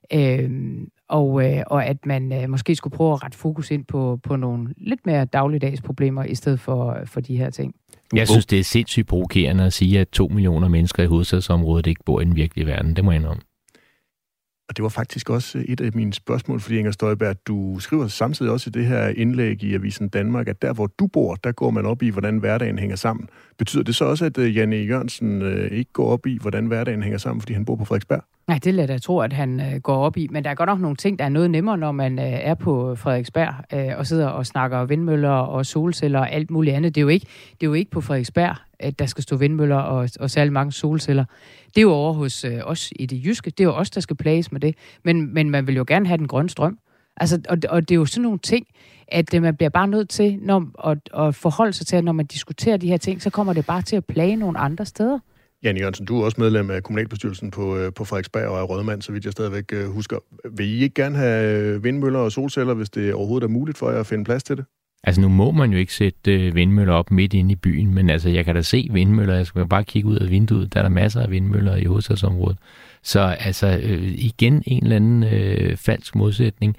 Og at man måske skulle prøve at rette fokus ind på nogle lidt mere dagligdags problemer, i stedet for de her ting. Jeg synes, det er sindssygt provokerende at sige, at 2 millioner mennesker i hovedstadsområdet ikke bor i den virkelige verden. Det må jeg indrømme. Og det var faktisk også et af mine spørgsmål, fordi Inger Støjberg, du skriver samtidig også i det her indlæg i Avisen Danmark, at der, hvor du bor, der går man op i, hvordan hverdagen hænger sammen. Betyder det så også, at Jan E. Jørgensen ikke går op i, hvordan hverdagen hænger sammen, fordi han bor på Frederiksberg? Nej, det lader jeg tro, at han går op i. Men der er godt nok nogle ting, der er noget nemmere, når man er på Frederiksberg og sidder og snakker vindmøller og solceller og alt muligt andet. Det er jo ikke på Frederiksberg, at der skal stå vindmøller og særlig mange solceller. Det er jo over hos os i det jyske. Det er jo os, der skal plages med det. Men man vil jo gerne have den grønne strøm. Altså, og det er jo sådan nogle ting, at man bliver bare nødt til at forholde sig til, at når man diskuterer de her ting, så kommer det bare til at plage nogle andre steder. Jan Jørgensen, du er også medlem af kommunalbestyrelsen på Frederiksberg og er rådmand, så vidt jeg stadigvæk husker. Vil I ikke gerne have vindmøller og solceller, hvis det overhovedet er muligt for jer at finde plads til det? Altså nu må man jo ikke sætte vindmøller op midt inde i byen, men altså jeg kan da se vindmøller. Jeg skal bare kigge ud af vinduet. Der er der masser af vindmøller i hovedstadsområdet. Så altså igen en eller anden falsk modsætning.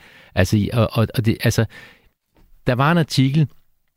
Altså, der var en artikel,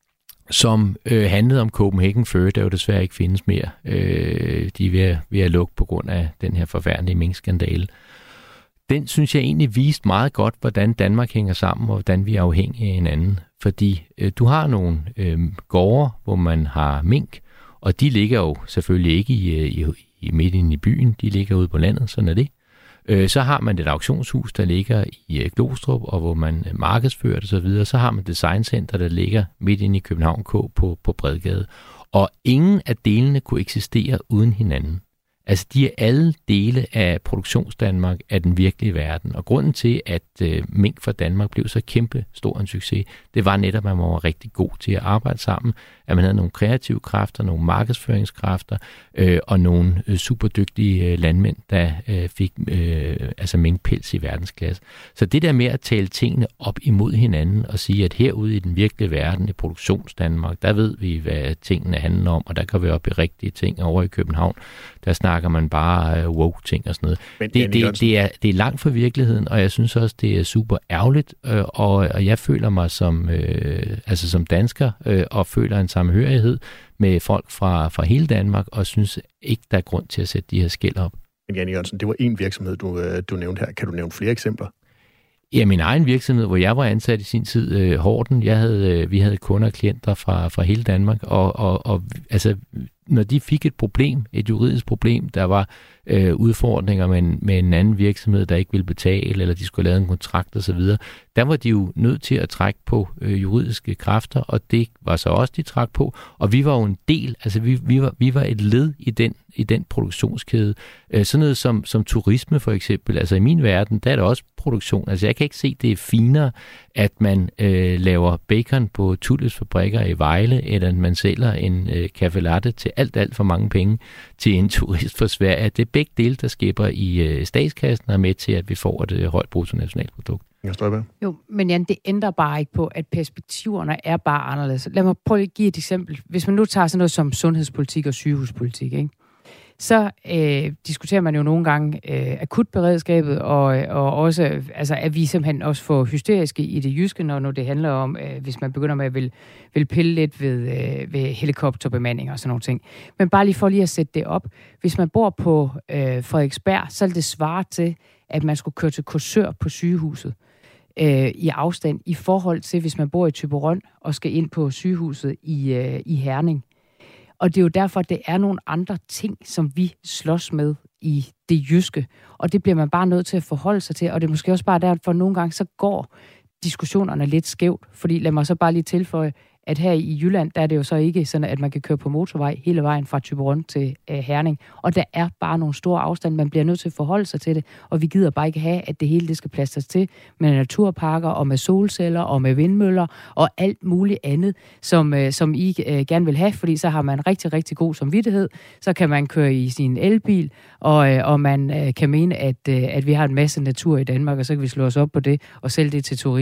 som handlede om Copenhagen Fur, der jo desværre ikke findes mere. De er ved at lukke på grund af den her forfærdelige minkskandale. Den synes jeg egentlig viste meget godt, hvordan Danmark hænger sammen, og hvordan vi er afhængige af hinanden. Fordi du har nogle gårde, hvor man har mink, og de ligger jo selvfølgelig ikke i midt inde i byen, de ligger ude på landet, sådan er det. Så har man et auktionshus, der ligger i Glostrup, og hvor man markedsfører det osv. Så har man Designcenter, der ligger midt inde i København K på Bredgade. Og ingen af delene kunne eksistere uden hinanden. Altså, de er alle dele af Produktionsdanmark af den virkelige verden. Og grunden til, at Mink for Danmark blev så kæmpe stor en succes, det var netop, at man var rigtig god til at arbejde sammen. At man havde nogle kreative kræfter, nogle markedsføringskræfter og nogle superdygtige landmænd, der fik minkpels i verdensklasse. Så det der med at tale tingene op imod hinanden og sige, at herude i den virkelige verden, i Produktionsdanmark, der ved vi, hvad tingene handler om, og der kan vi op i rigtige ting. Over i København, der snakker man bare woke-ting og sådan noget. Men det er langt fra virkeligheden, og jeg synes også, det er super ærgerligt, og jeg føler mig som dansker, og føler en samhørighed med folk fra hele Danmark, og synes ikke, der er grund til at sætte de her skel op. Men Jan Jørgensen, det var én virksomhed, du nævnte her. Kan du nævne flere eksempler? Ja, min egen virksomhed, hvor jeg var ansat i sin tid, Horten, vi havde kunder og klienter fra hele Danmark, og altså, når de fik et problem, et juridisk problem, der var udfordringer med en anden virksomhed, der ikke ville betale, eller de skulle lave en kontrakt osv., der var de jo nødt til at trække på juridiske kræfter, og det var så også, de trak på, og vi var jo en del, altså vi var et led i den produktionskæde. Sådan noget som turisme for eksempel, altså i min verden, der er der også produktion. Altså jeg kan ikke se, det er finere, at man laver bacon på Tullys fabrikker i Vejle, eller at man sælger en café latte til alt for mange penge til en turist fra Sverige. Det er begge dele, der skæber i statskassen og er med til, at vi får et højt bruttonationalprodukt. Jo, men Jan, det ændrer bare ikke på, at perspektiverne er bare anderledes. Lad mig prøve at give et eksempel. Hvis man nu tager sådan noget som sundhedspolitik og sygehuspolitik, ikke? Så diskuterer man jo nogle gange akutberedskabet, og også, altså, at vi simpelthen også får hysteriske i det jyske, når det handler om, hvis man begynder med at vil pille lidt ved helikopterbemanding og sådan nogle ting. Men bare lige for lige at sætte det op. Hvis man bor på Frederiksberg, så er det svare til, at man skulle køre til Korsør på sygehuset i afstand, i forhold til, hvis man bor i Thyborøn og skal ind på sygehuset i Herning. Og det er jo derfor, at det er nogle andre ting, som vi slås med i det jyske. Og det bliver man bare nødt til at forholde sig til. Og det er måske også bare derfor, at nogle gange så går diskussionerne lidt skævt. Fordi lad mig så bare lige tilføje, at her i Jylland, der er det jo så ikke sådan, at man kan køre på motorvej hele vejen fra Thyborøn til Herning. Og der er bare nogle store afstande, man bliver nødt til at forholde sig til det. Og vi gider bare ikke have, at det hele det skal plastres til med naturparker og med solceller og med vindmøller og alt muligt andet, som I gerne vil have. Fordi så har man rigtig, rigtig god samvittighed. Så kan man køre i sin elbil, og man kan mene, at vi har en masse natur i Danmark, og så kan vi slå os op på det og sælge det til turister.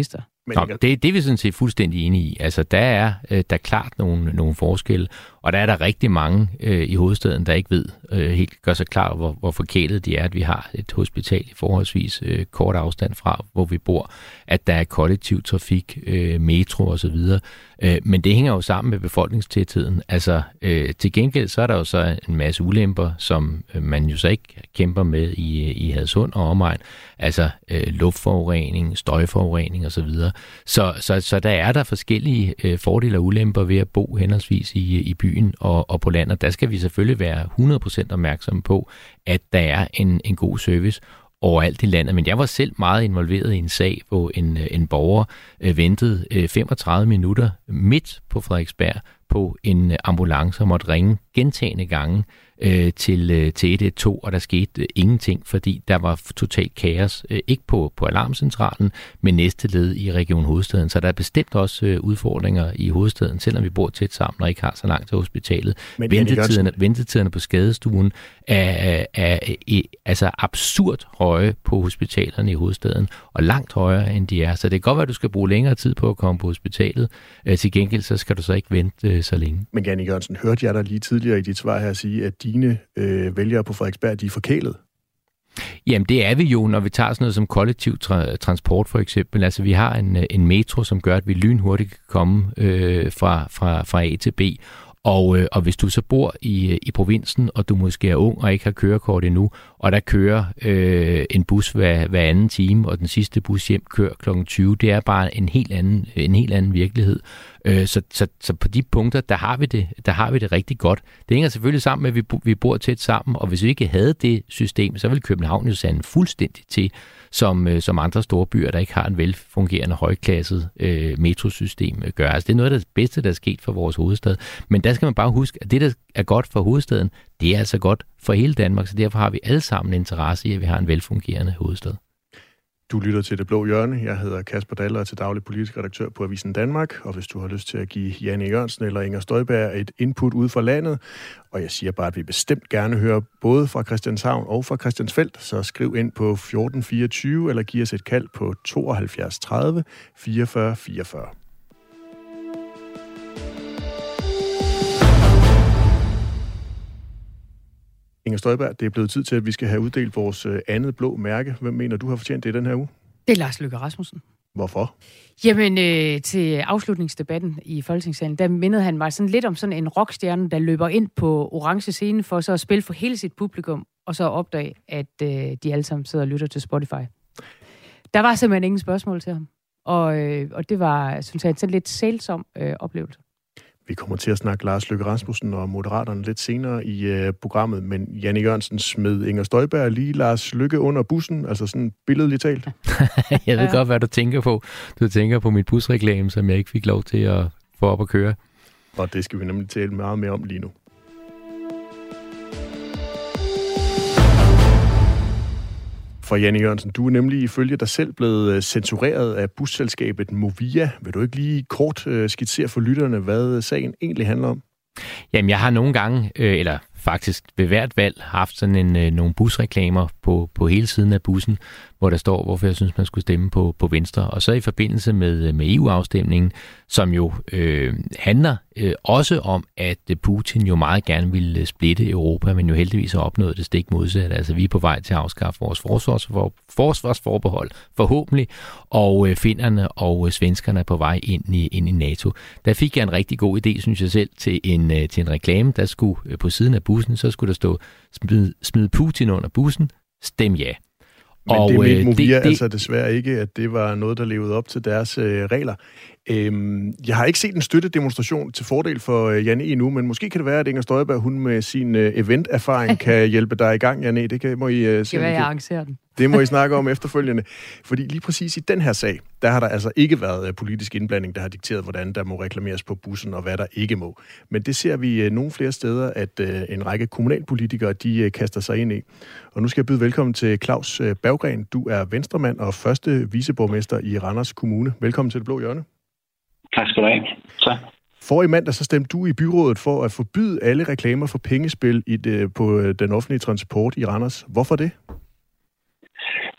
Det er vi sådan set fuldstændig enige i. Altså, der er klart nogle forskelle, og der er der rigtig mange i hovedstaden, der ikke ved helt gør sig klar, hvor forkælet de er, at vi har et hospital i forholdsvis kort afstand fra, hvor vi bor, at der er kollektiv trafik, metro osv., men det hænger jo sammen med befolkningstætheden. Altså, til gengæld så er der jo så en masse ulemper, som man jo så ikke kæmper med i Hadsund og omegn. Altså luftforurening, støjforurening osv. Så der er der forskellige fordele og ulemper ved at bo henholdsvis i byen og på landet. Der skal vi selvfølgelig være 100% opmærksomme på, at der er en god service overalt i landet. Men jeg var selv meget involveret i en sag, hvor en borger ventede 35 minutter midt på Frederiksberg på en ambulance og måtte ringe gentagne gange til 112, og der skete ingenting, fordi der var totalt kaos. Ikke på Alarmcentralen, men næste led i Region Hovedstaden. Så der er bestemt også udfordringer i hovedstaden, selvom vi bor tæt sammen og ikke har så langt til hospitalet. Ventetiderne på skadestuen er altså absurd høje på hospitalerne i hovedstaden, og langt højere end de er. Så det kan godt være, at du skal bruge længere tid på at komme på hospitalet. Til gengæld så skal du så ikke vente så længe. Men Jan E. Jørgensen, hørte jeg dig lige tidligere i dit svar her sige, at dine vælgere på Frederiksberg, de er forkælet? Jamen, det er vi jo, når vi tager sådan noget som kollektiv transport for eksempel. Altså, vi har en metro, som gør, at vi lynhurtigt kan komme fra A til B. Og hvis du så bor i provinsen, og du måske er ung og ikke har kørekort endnu, og der kører en bus hver anden time, og den sidste bus hjem kører kl. 20, det er bare en helt anden virkelighed. Så på de punkter, der har vi det rigtig godt. Det hænger selvfølgelig sammen med, at vi bor tæt sammen, og hvis vi ikke havde det system, så ville København jo sande fuldstændig til, som andre store byer, der ikke har en velfungerende højklasset metrosystem gør. Altså, det er noget af det bedste, der er sket for vores hovedstad. Men der skal man bare huske, at det, der er godt for hovedstaden, det er altså godt for hele Danmark, så derfor har vi alle sammen interesse i, at vi har en velfungerende hovedstad. Du lytter til Det Blå Hjørne. Jeg hedder Kasper Daller og er til daglig politisk redaktør på Avisen Danmark. Og hvis du har lyst til at give Jan E. Jørgensen eller Inger Støjberg et input ude fra landet, og jeg siger bare, at vi bestemt gerne hører både fra Christianshavn og fra Christiansfeld, så skriv ind på 1424 eller giv os et kald på 72 30 44 44. Inger Støjberg, det er blevet tid til, at vi skal have uddelt vores andet blå mærke. Hvem mener du har fortjent det den her uge? Det er Lars Løkke Rasmussen. Hvorfor? Jamen, til afslutningsdebatten i Folketingssalen, der mindede han mig sådan lidt om sådan en rockstjerne, der løber ind på orange scene for så at spille for hele sit publikum, og så opdage, at de alle sammen sidder og lytter til Spotify. Der var simpelthen ingen spørgsmål til ham. Og det var, synes jeg, en sådan lidt sælsom oplevelse. Vi kommer til at snakke Lars Løkke Rasmussen og Moderaterne lidt senere i programmet, men Jan E. Jørgensen smed Inger Støjberg lige Lars Løkke under bussen, altså sådan billedligt talt. Jeg ved godt, hvad du tænker på. Du tænker på mit busreklame, som jeg ikke fik lov til at få op at køre. Og det skal vi nemlig tale meget mere om lige nu. For Jan E. Jørgensen, du er nemlig ifølge dig selv blevet censureret af busselskabet Movia. Vil du ikke lige kort skitsere for lytterne, hvad sagen egentlig handler om? Jamen, jeg har nogle gange, eller faktisk ved hvert valg, haft sådan nogle busreklamer på hele siden af bussen, hvor der står, hvorfor jeg synes, man skulle stemme på Venstre. Og så i forbindelse med EU-afstemningen, som jo handler også om, at Putin jo meget gerne ville splitte Europa, men jo heldigvis har opnået det stik modsatte. Altså, vi er på vej til at afskaffe vores forsvarsforbehold, forhåbentlig, og finnerne og svenskerne er på vej ind i NATO. Der fik jeg en rigtig god idé, synes jeg selv, til en reklame, der skulle på siden af bussen, så skulle der stå, smid Putin under bussen, stem ja. Men og, det mente Movia altså desværre ikke, at det var noget, der levede op til deres regler. Jeg har ikke set en støttedemonstration til fordel for Jan E. endnu, men måske kan det være, at Inger Støjberg, hun med sin event-erfaring kan hjælpe dig i gang, Jan E. Det må I se. Jeg arrangerer den. Det må I snakke om efterfølgende. Fordi lige præcis i den her sag, der har der altså ikke været politisk indblanding, der har dikteret, hvordan der må reklameres på bussen, og hvad der ikke må. Men det ser vi nogle flere steder, at en række kommunalpolitikere, de kaster sig ind i. Og nu skal jeg byde velkommen til Claus Berggren. Du er venstremand og første viceborgmester i Randers Kommune. Velkommen til Det Blå Hjørne. Tak skal du have. Tak. Forrige mandag så stemte du i byrådet for at forbyde alle reklamer for pengespil på den offentlige transport i Randers. Hvorfor det?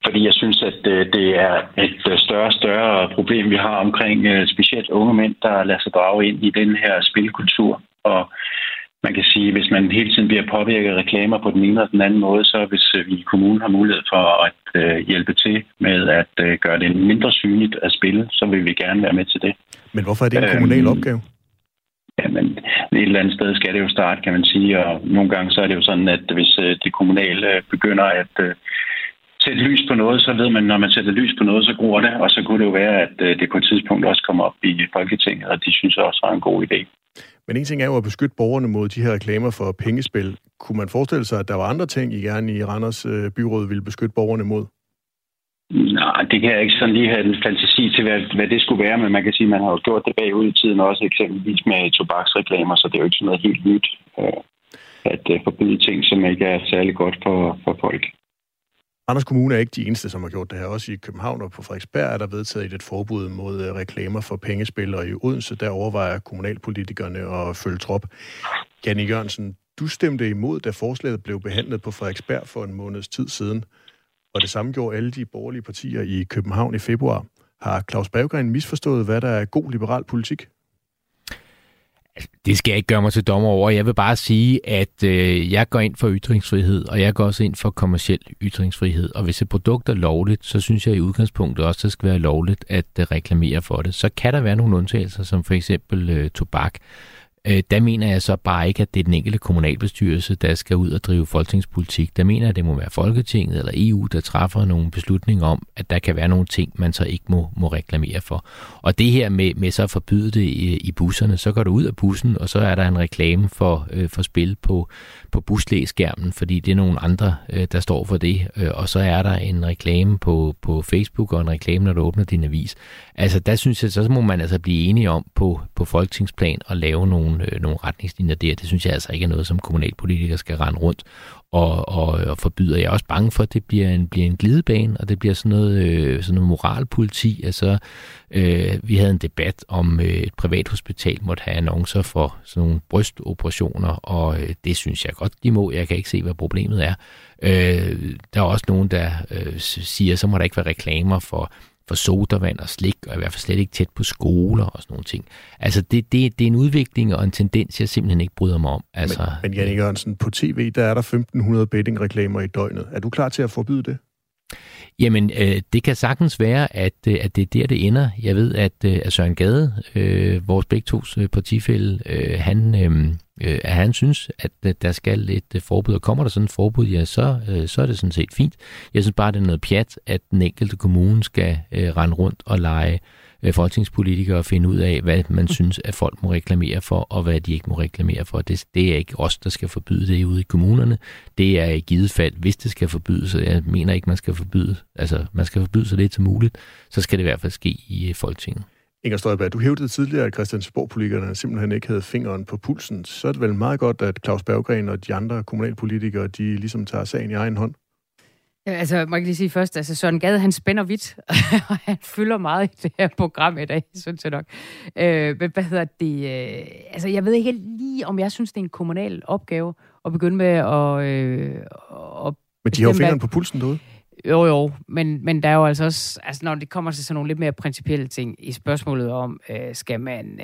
Fordi jeg synes, at det er et større problem, vi har omkring specielt unge mænd, der lader sig drage ind i den her spilkultur. Og man kan sige, at hvis man hele tiden bliver påvirket af reklamer på den ene eller den anden måde, så hvis vi i kommunen har mulighed for at hjælpe til med at gøre det mindre synligt at spille, så vil vi gerne være med til det. Men hvorfor er det en kommunal opgave? Jamen, et eller andet sted skal det jo starte, kan man sige. Og nogle gange så er det jo sådan, at hvis det kommunale begynder at sætte lys på noget, så ved man, når man sætter lys på noget, så gror det. Og så kunne det jo være, at det på et tidspunkt også kommer op i Folketinget, og de synes også er en god idé. Men en ting er jo at beskytte borgerne mod de her reklamer for pengespil. Kunne man forestille sig, at der var andre ting, I gerne i Randers byråd ville beskytte borgerne mod? Nej, det kan jeg ikke sådan lige have en fantasi til, hvad det skulle være, men man kan sige, at man har jo gjort det bagud i tiden også, eksempelvis med tobaksreklamer, så det er jo ikke sådan noget helt nyt at forbyde ting, som ikke er særlig godt for folk. Randers Kommune er ikke de eneste, som har gjort det her. Også i København og på Frederiksberg er der vedtaget et forbud mod reklamer for pengespil, og i Odense, der overvejer kommunalpolitikerne at følge trop. Janne Jørgensen, du stemte imod, da forslaget blev behandlet på Frederiksberg for en måneds tid siden. Og det samme gjorde alle de borgerlige partier i København i februar. Har Claus Berggren misforstået, hvad der er god liberal politik? Det skal jeg ikke gøre mig til dommer over. Jeg vil bare sige, at jeg går ind for ytringsfrihed, og jeg går også ind for kommerciel ytringsfrihed. Og hvis et produkt er lovligt, så synes jeg i udgangspunktet også, at det skal være lovligt at reklamere for det. Så kan der være nogle undtagelser, som for eksempel tobak. Der mener jeg så bare ikke, at det er den enkelte kommunalbestyrelse, der skal ud og drive folketingspolitik. Der mener jeg, at det må være Folketinget eller EU, der træffer nogle beslutninger om, at der kan være nogle ting, man så ikke må reklamere for. Og det her med så at forbyde det i busserne, så går du ud af bussen, og så er der en reklame for spil på buslæskærmen, fordi det er nogle andre, der står for det. Og så er der en reklame på Facebook og en reklame, når du åbner din avis. Altså der synes jeg, så må man altså blive enige om på folketingsplan og lave nogle retningslinjer der. Det synes jeg altså ikke er noget, som kommunalpolitikere skal rende rundt og forbyde. Jeg er også bange for, at det bliver en glidebane, og det bliver sådan noget moralpoliti. Altså, vi havde en debat om et privathospital måtte have annoncer for sådan nogle brystoperationer, og det synes jeg godt, de må. Jeg kan ikke se, hvad problemet er. Der er også nogen, der siger, så må der ikke være reklamer for sodavand og slik, og i hvert fald slet ikke tæt på skoler og sådan nogle ting. Altså, det er en udvikling og en tendens, jeg simpelthen ikke bryder mig om. Altså, men Janne Jørgensen, på tv, der er der 1.500 bettingreklamer i døgnet. Er du klar til at forbyde det? Jamen, det kan sagtens være, at det er der, det ender. Jeg ved, at Søren Gade, vores begge tos partifælle, han synes, at der skal et forbud, og kommer der sådan et forbud, ja, så er det sådan set fint. Jeg synes bare, det er noget pjat, at den enkelte kommune skal rende rundt og lege folketingspolitikere og finde ud af, hvad man synes, at folk må reklamere for, og hvad de ikke må reklamere for. Det er ikke os, der skal forbyde det ude i kommunerne. Det er i givet fald, hvis det skal forbydes, og jeg mener ikke, man skal forbyde. Altså, man skal forbyde så lidt som muligt, så skal det i hvert fald ske i Folketinget. Inger Støjberg, du hævdede tidligere, at Christiansborg-politikerne simpelthen ikke havde fingeren på pulsen. Så er det vel meget godt, at Claus Berggren og de andre kommunalpolitikere, de ligesom tager sagen i egen hånd? Ja, altså, man kan lige sige først, altså Søren Gade, han spænder vidt, og han fylder meget i det her program i dag, synes jeg nok. Men hvad hedder det? Altså, jeg ved ikke lige, om jeg synes, det er en kommunal opgave at begynde med at men de har jo fingeren på pulsen derude. Jo, men der er jo altså også, altså når det kommer til sådan nogle lidt mere principielle ting i spørgsmålet om, skal man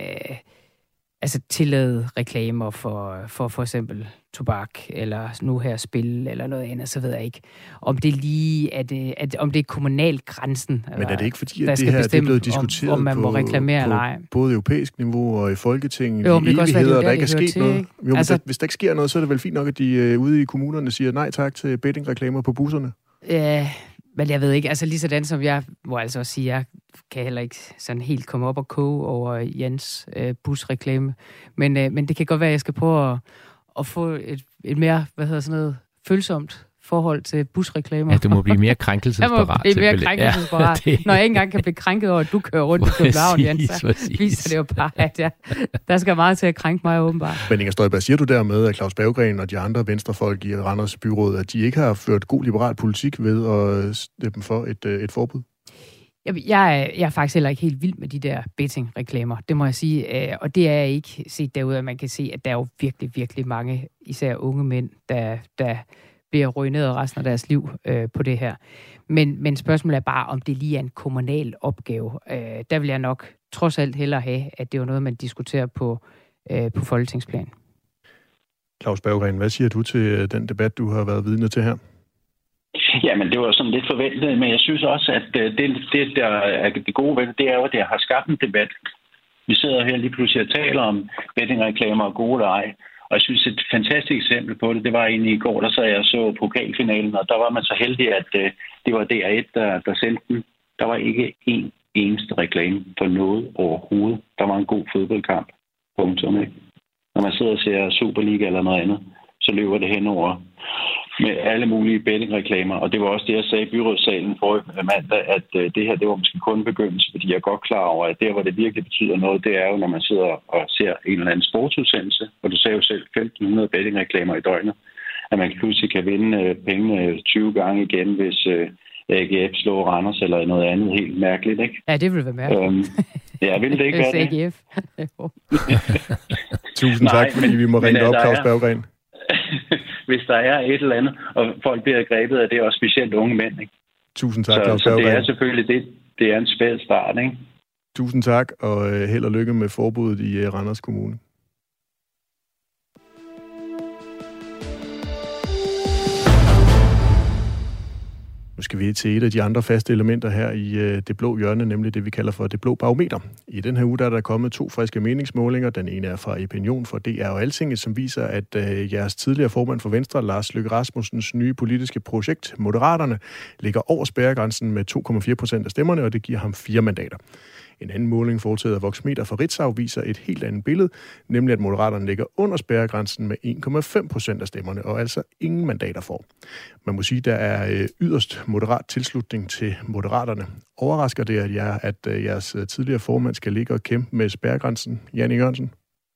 tillade reklamer for eksempel tobak, eller nu her spil, eller noget andet, så ved jeg ikke, om det lige om det er kommunalgrænsen, men er det ikke fordi, at det her det er blevet diskuteret om man må reklamere eller ej? Både europæisk niveau og i Folketinget, jo, i evigheder, der ikke er sket noget. Jo, altså, hvis der ikke sker noget, så er det vel fint nok, at de ude i kommunerne siger nej tak til bettingreklamer på busserne? Ja, men jeg ved ikke, altså lige sådan som jeg må altså også sige, jeg kan heller ikke sådan helt komme op og koge over Jens busreklame, men det kan godt være, at jeg skal prøve at få et mere, følsomt forhold til busreklamer. Ja, du må blive mere krænkelsesparat. Jeg må blive mere krænkelsesparat. Ja, når jeg ikke engang kan blive krænket over, at du kører rundt i København, Jens, så viser det jo bare, at der skal meget til at krænke mig åbenbart. Men Inger Støjberg, siger du dermed, at Claus Berggren og de andre venstrefolk i Randers byråd, at de ikke har ført god liberal politik ved at stemme for et forbud? Jeg er faktisk heller ikke helt vild med de der betting-reklamer, det må jeg sige. Og det er jeg ikke set derude, at man kan se, at der er jo virkelig, virkelig mange, især unge mænd, der bliver ruineret resten af deres liv på det her. Men spørgsmålet er bare, om det lige er en kommunal opgave. Der vil jeg nok trods alt hellere have, at det er noget, man diskuterer på folketingsplan. Claus Berggren, hvad siger du til den debat, du har været vidne til her? Jamen, det var sådan lidt forventet, men jeg synes også, at det der er det gode ved det er jo, at det har skabt en debat. Vi sidder her lige pludselig og taler om bettingreklamer og gode eller ej. Og jeg synes, et fantastisk eksempel på det var egentlig i går, der sad jeg og så pokalfinalen, og der var man så heldig, at det var DR1, der sendte den. Der var ikke en eneste reklame for noget overhovedet. Der var en god fodboldkamp. Punktum, ikke? Når man sidder og ser Superliga eller noget andet, så løber det henover med alle mulige bettingreklamer. Og det var også det, jeg sagde i byrådssalen forrige mandag, at det her, det var måske kun en begyndelse, fordi jeg er godt klar over, at der, hvor det virkelig betyder noget, det er jo, når man sidder og ser en eller anden sportsudsendelse, og du sagde jo selv 1.500 bettingreklamer i døgnet, at man pludselig kan vinde pengene 20 gange igen, hvis AGF slår Randers eller noget andet helt mærkeligt, ikke? Ja, det ville være mærkeligt. Ja, ville det ikke være det? AGF. Tusind tak, fordi vi må ringe op, Claus Berggren. Hvis der er et eller andet, og folk bliver grebet af det, er også specielt unge mænd, ikke? Tusind tak, Claus Berggren. Så det er selvfølgelig det er en spæd start, ikke? Tusind tak, og held og lykke med forbuddet i Randers Kommune. Nu skal vi til et af de andre faste elementer her i det blå hjørne, nemlig det, vi kalder for det blå barometer. I den her uge der er der kommet 2 friske meningsmålinger. Den ene er fra Opinion for DR og Altinget, som viser, at jeres tidligere formand for Venstre, Lars Løkke Rasmussens nye politiske projekt, Moderaterne, ligger over spærregrænsen med 2,4% af stemmerne, og det giver ham 4 mandater. En anden måling foretaget af Voxmeter for Ritzau viser et helt andet billede, nemlig at Moderaterne ligger under spærregrænsen med 1,5% af stemmerne, og altså ingen mandater får. Man må sige, at der er yderst moderat tilslutning til Moderaterne. Overrasker det at jeres tidligere formand skal ligge og kæmpe med spærregrænsen, Jan E. Jørgensen?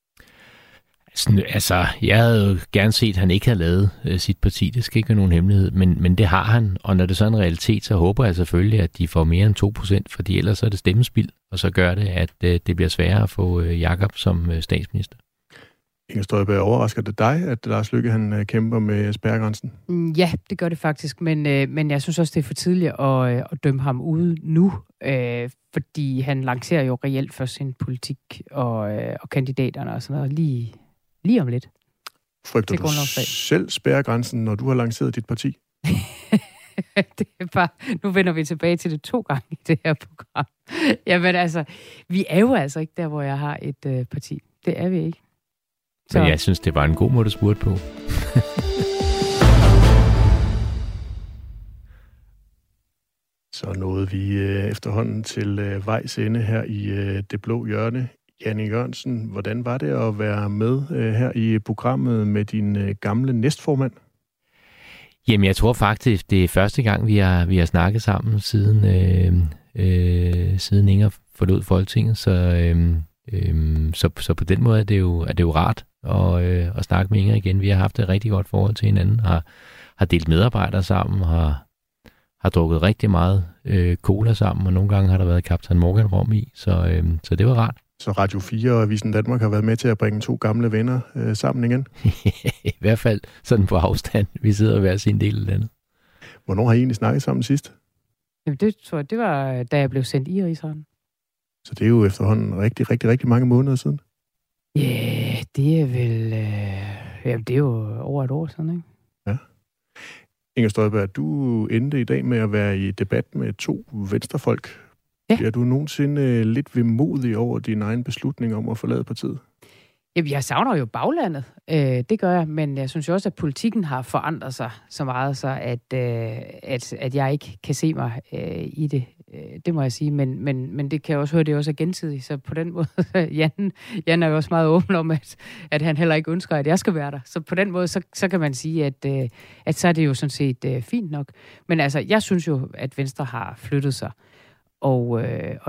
Altså, jeg havde jo gerne set, at han ikke havde lavet sit parti. Det skal ikke være nogen hemmelighed, men det har han. Og når det så er en realitet, så håber jeg selvfølgelig, at de får mere end 2%, fordi ellers er det stemmespild, og så gør det, at det bliver sværere at få Jakob som statsminister. Inger Støjberg, overrasker det dig, at Lars Løkke han kæmper med spærregrænsen? Ja, det gør det faktisk, men jeg synes også, det er for tidligt at dømme ham ude nu, fordi han lancerer jo reelt for sin politik og kandidaterne og sådan noget lige om lidt. Frygter du selv spærregrænsen, når du har lanceret dit parti? Det er bare, nu vender vi tilbage til det 2 gange i det her program. Jamen altså, vi er jo altså ikke der, hvor jeg har et parti. Det er vi ikke. Så. Men jeg synes, det var en god måde at spurgte på. Så nåede vi efterhånden til vejs ende her i det blå hjørne. Jan E. Jørgensen, hvordan var det at være med her i programmet med din gamle næstformand? Jamen, jeg tror faktisk, det er første gang, vi har snakket sammen siden Inger forlod Folketinget. Så på den måde er det jo rart at snakke med Inger igen. Vi har haft et rigtig godt forhold til hinanden, har delt medarbejdere sammen, har drukket rigtig meget cola sammen, og nogle gange har der været Kaptajn Morgan rom i, så det var rart. Så Radio 4 og Avisen Danmark har været med til at bringe 2 gamle venner sammen igen? I hvert fald sådan på afstand. Vi sidder hver sin del af landet. Hvornår har I egentlig snakket sammen sidst? Jamen det tror jeg, det var da jeg blev sendt i Rigsretten. Så det er jo efterhånden rigtig mange måneder siden? Ja, det er vel... det er jo over et år siden, ikke? Ja. Inger Støjberg, du endte i dag med at være i debat med 2 venstrefolk. Ja. Bliver du nogensinde lidt vemodig over din egen beslutning om at forlade partiet? Jamen, jeg savner jo baglandet. Det gør jeg, men jeg synes jo også, at politikken har forandret sig så meget, så at jeg ikke kan se mig i det. Det må jeg sige, men det kan jeg også høre, det er også gensidigt. Så på den måde, Jan er jo også meget åben om, at han heller ikke ønsker, at jeg skal være der. Så på den måde, så kan man sige, at så er det jo sådan set fint nok. Men altså, jeg synes jo, at Venstre har flyttet sig. Og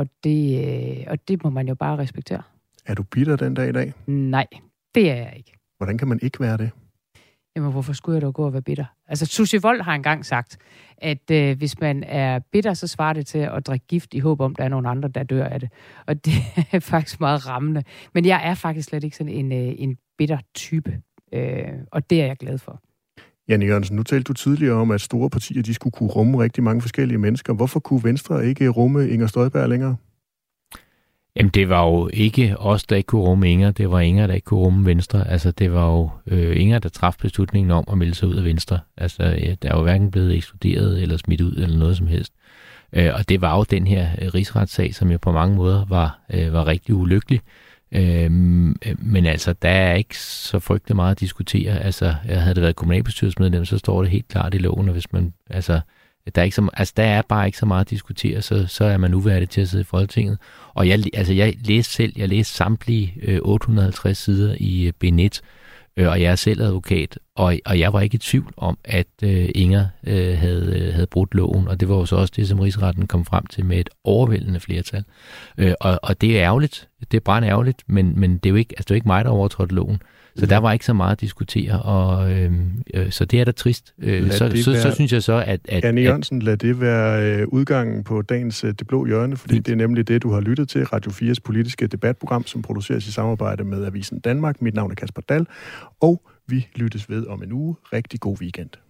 det må man jo bare respektere. Er du bitter den dag i dag? Nej, det er jeg ikke. Hvordan kan man ikke være det? Jamen, hvorfor skulle jeg da gå og være bitter? Altså, Susie Wold har engang sagt, at hvis man er bitter, så svarer det til at drikke gift i håb om, der er nogle andre, der dør af det. Og det er faktisk meget rammende. Men jeg er faktisk slet ikke sådan en bitter type. Og det er jeg glad for. Jan E. Jørgensen, nu talte du tidligere om, at store partier de skulle kunne rumme rigtig mange forskellige mennesker. Hvorfor kunne Venstre ikke rumme Inger Støjberg længere? Jamen, det var jo ikke os, der ikke kunne rumme Inger. Det var Inger, der ikke kunne rumme Venstre. Altså, det var jo Inger, der traf beslutningen om at melde sig ud af Venstre. Altså, der er jo hverken blevet ekskluderet eller smidt ud eller noget som helst. Og det var jo den her rigsretssag, som jo på mange måder var rigtig ulykkelig. Men altså, der er ikke så frygtelig meget at diskutere. Altså, havde det været kommunalbestyrelsesmedlem, så står det helt klart i loven, og hvis man, altså, der er bare ikke så meget at diskutere, så er man uværdig til at sidde i Folketinget. Og jeg læste samtlige 850 sider i B1, og jeg er selv advokat, og jeg var ikke i tvivl om, at Inger havde brudt loven, og det var jo så også det, som Rigsretten kom frem til med et overvældende flertal. Og det er ærgerligt, det er brandærgerligt, men det er jo ikke mig, der overtrådte loven. Så der var ikke så meget at diskutere, og så det er da trist. Så synes jeg så, at Jan E. Jørgensen, lad det være udgangen på dagens Det Blå Hjørne, fordi det er nemlig det, du har lyttet til, Radio 4's politiske debatprogram, som produceres i samarbejde med Avisen Danmark. Mit navn er Kasper Dahl, og vi lyttes ved om en uge. Rigtig god weekend.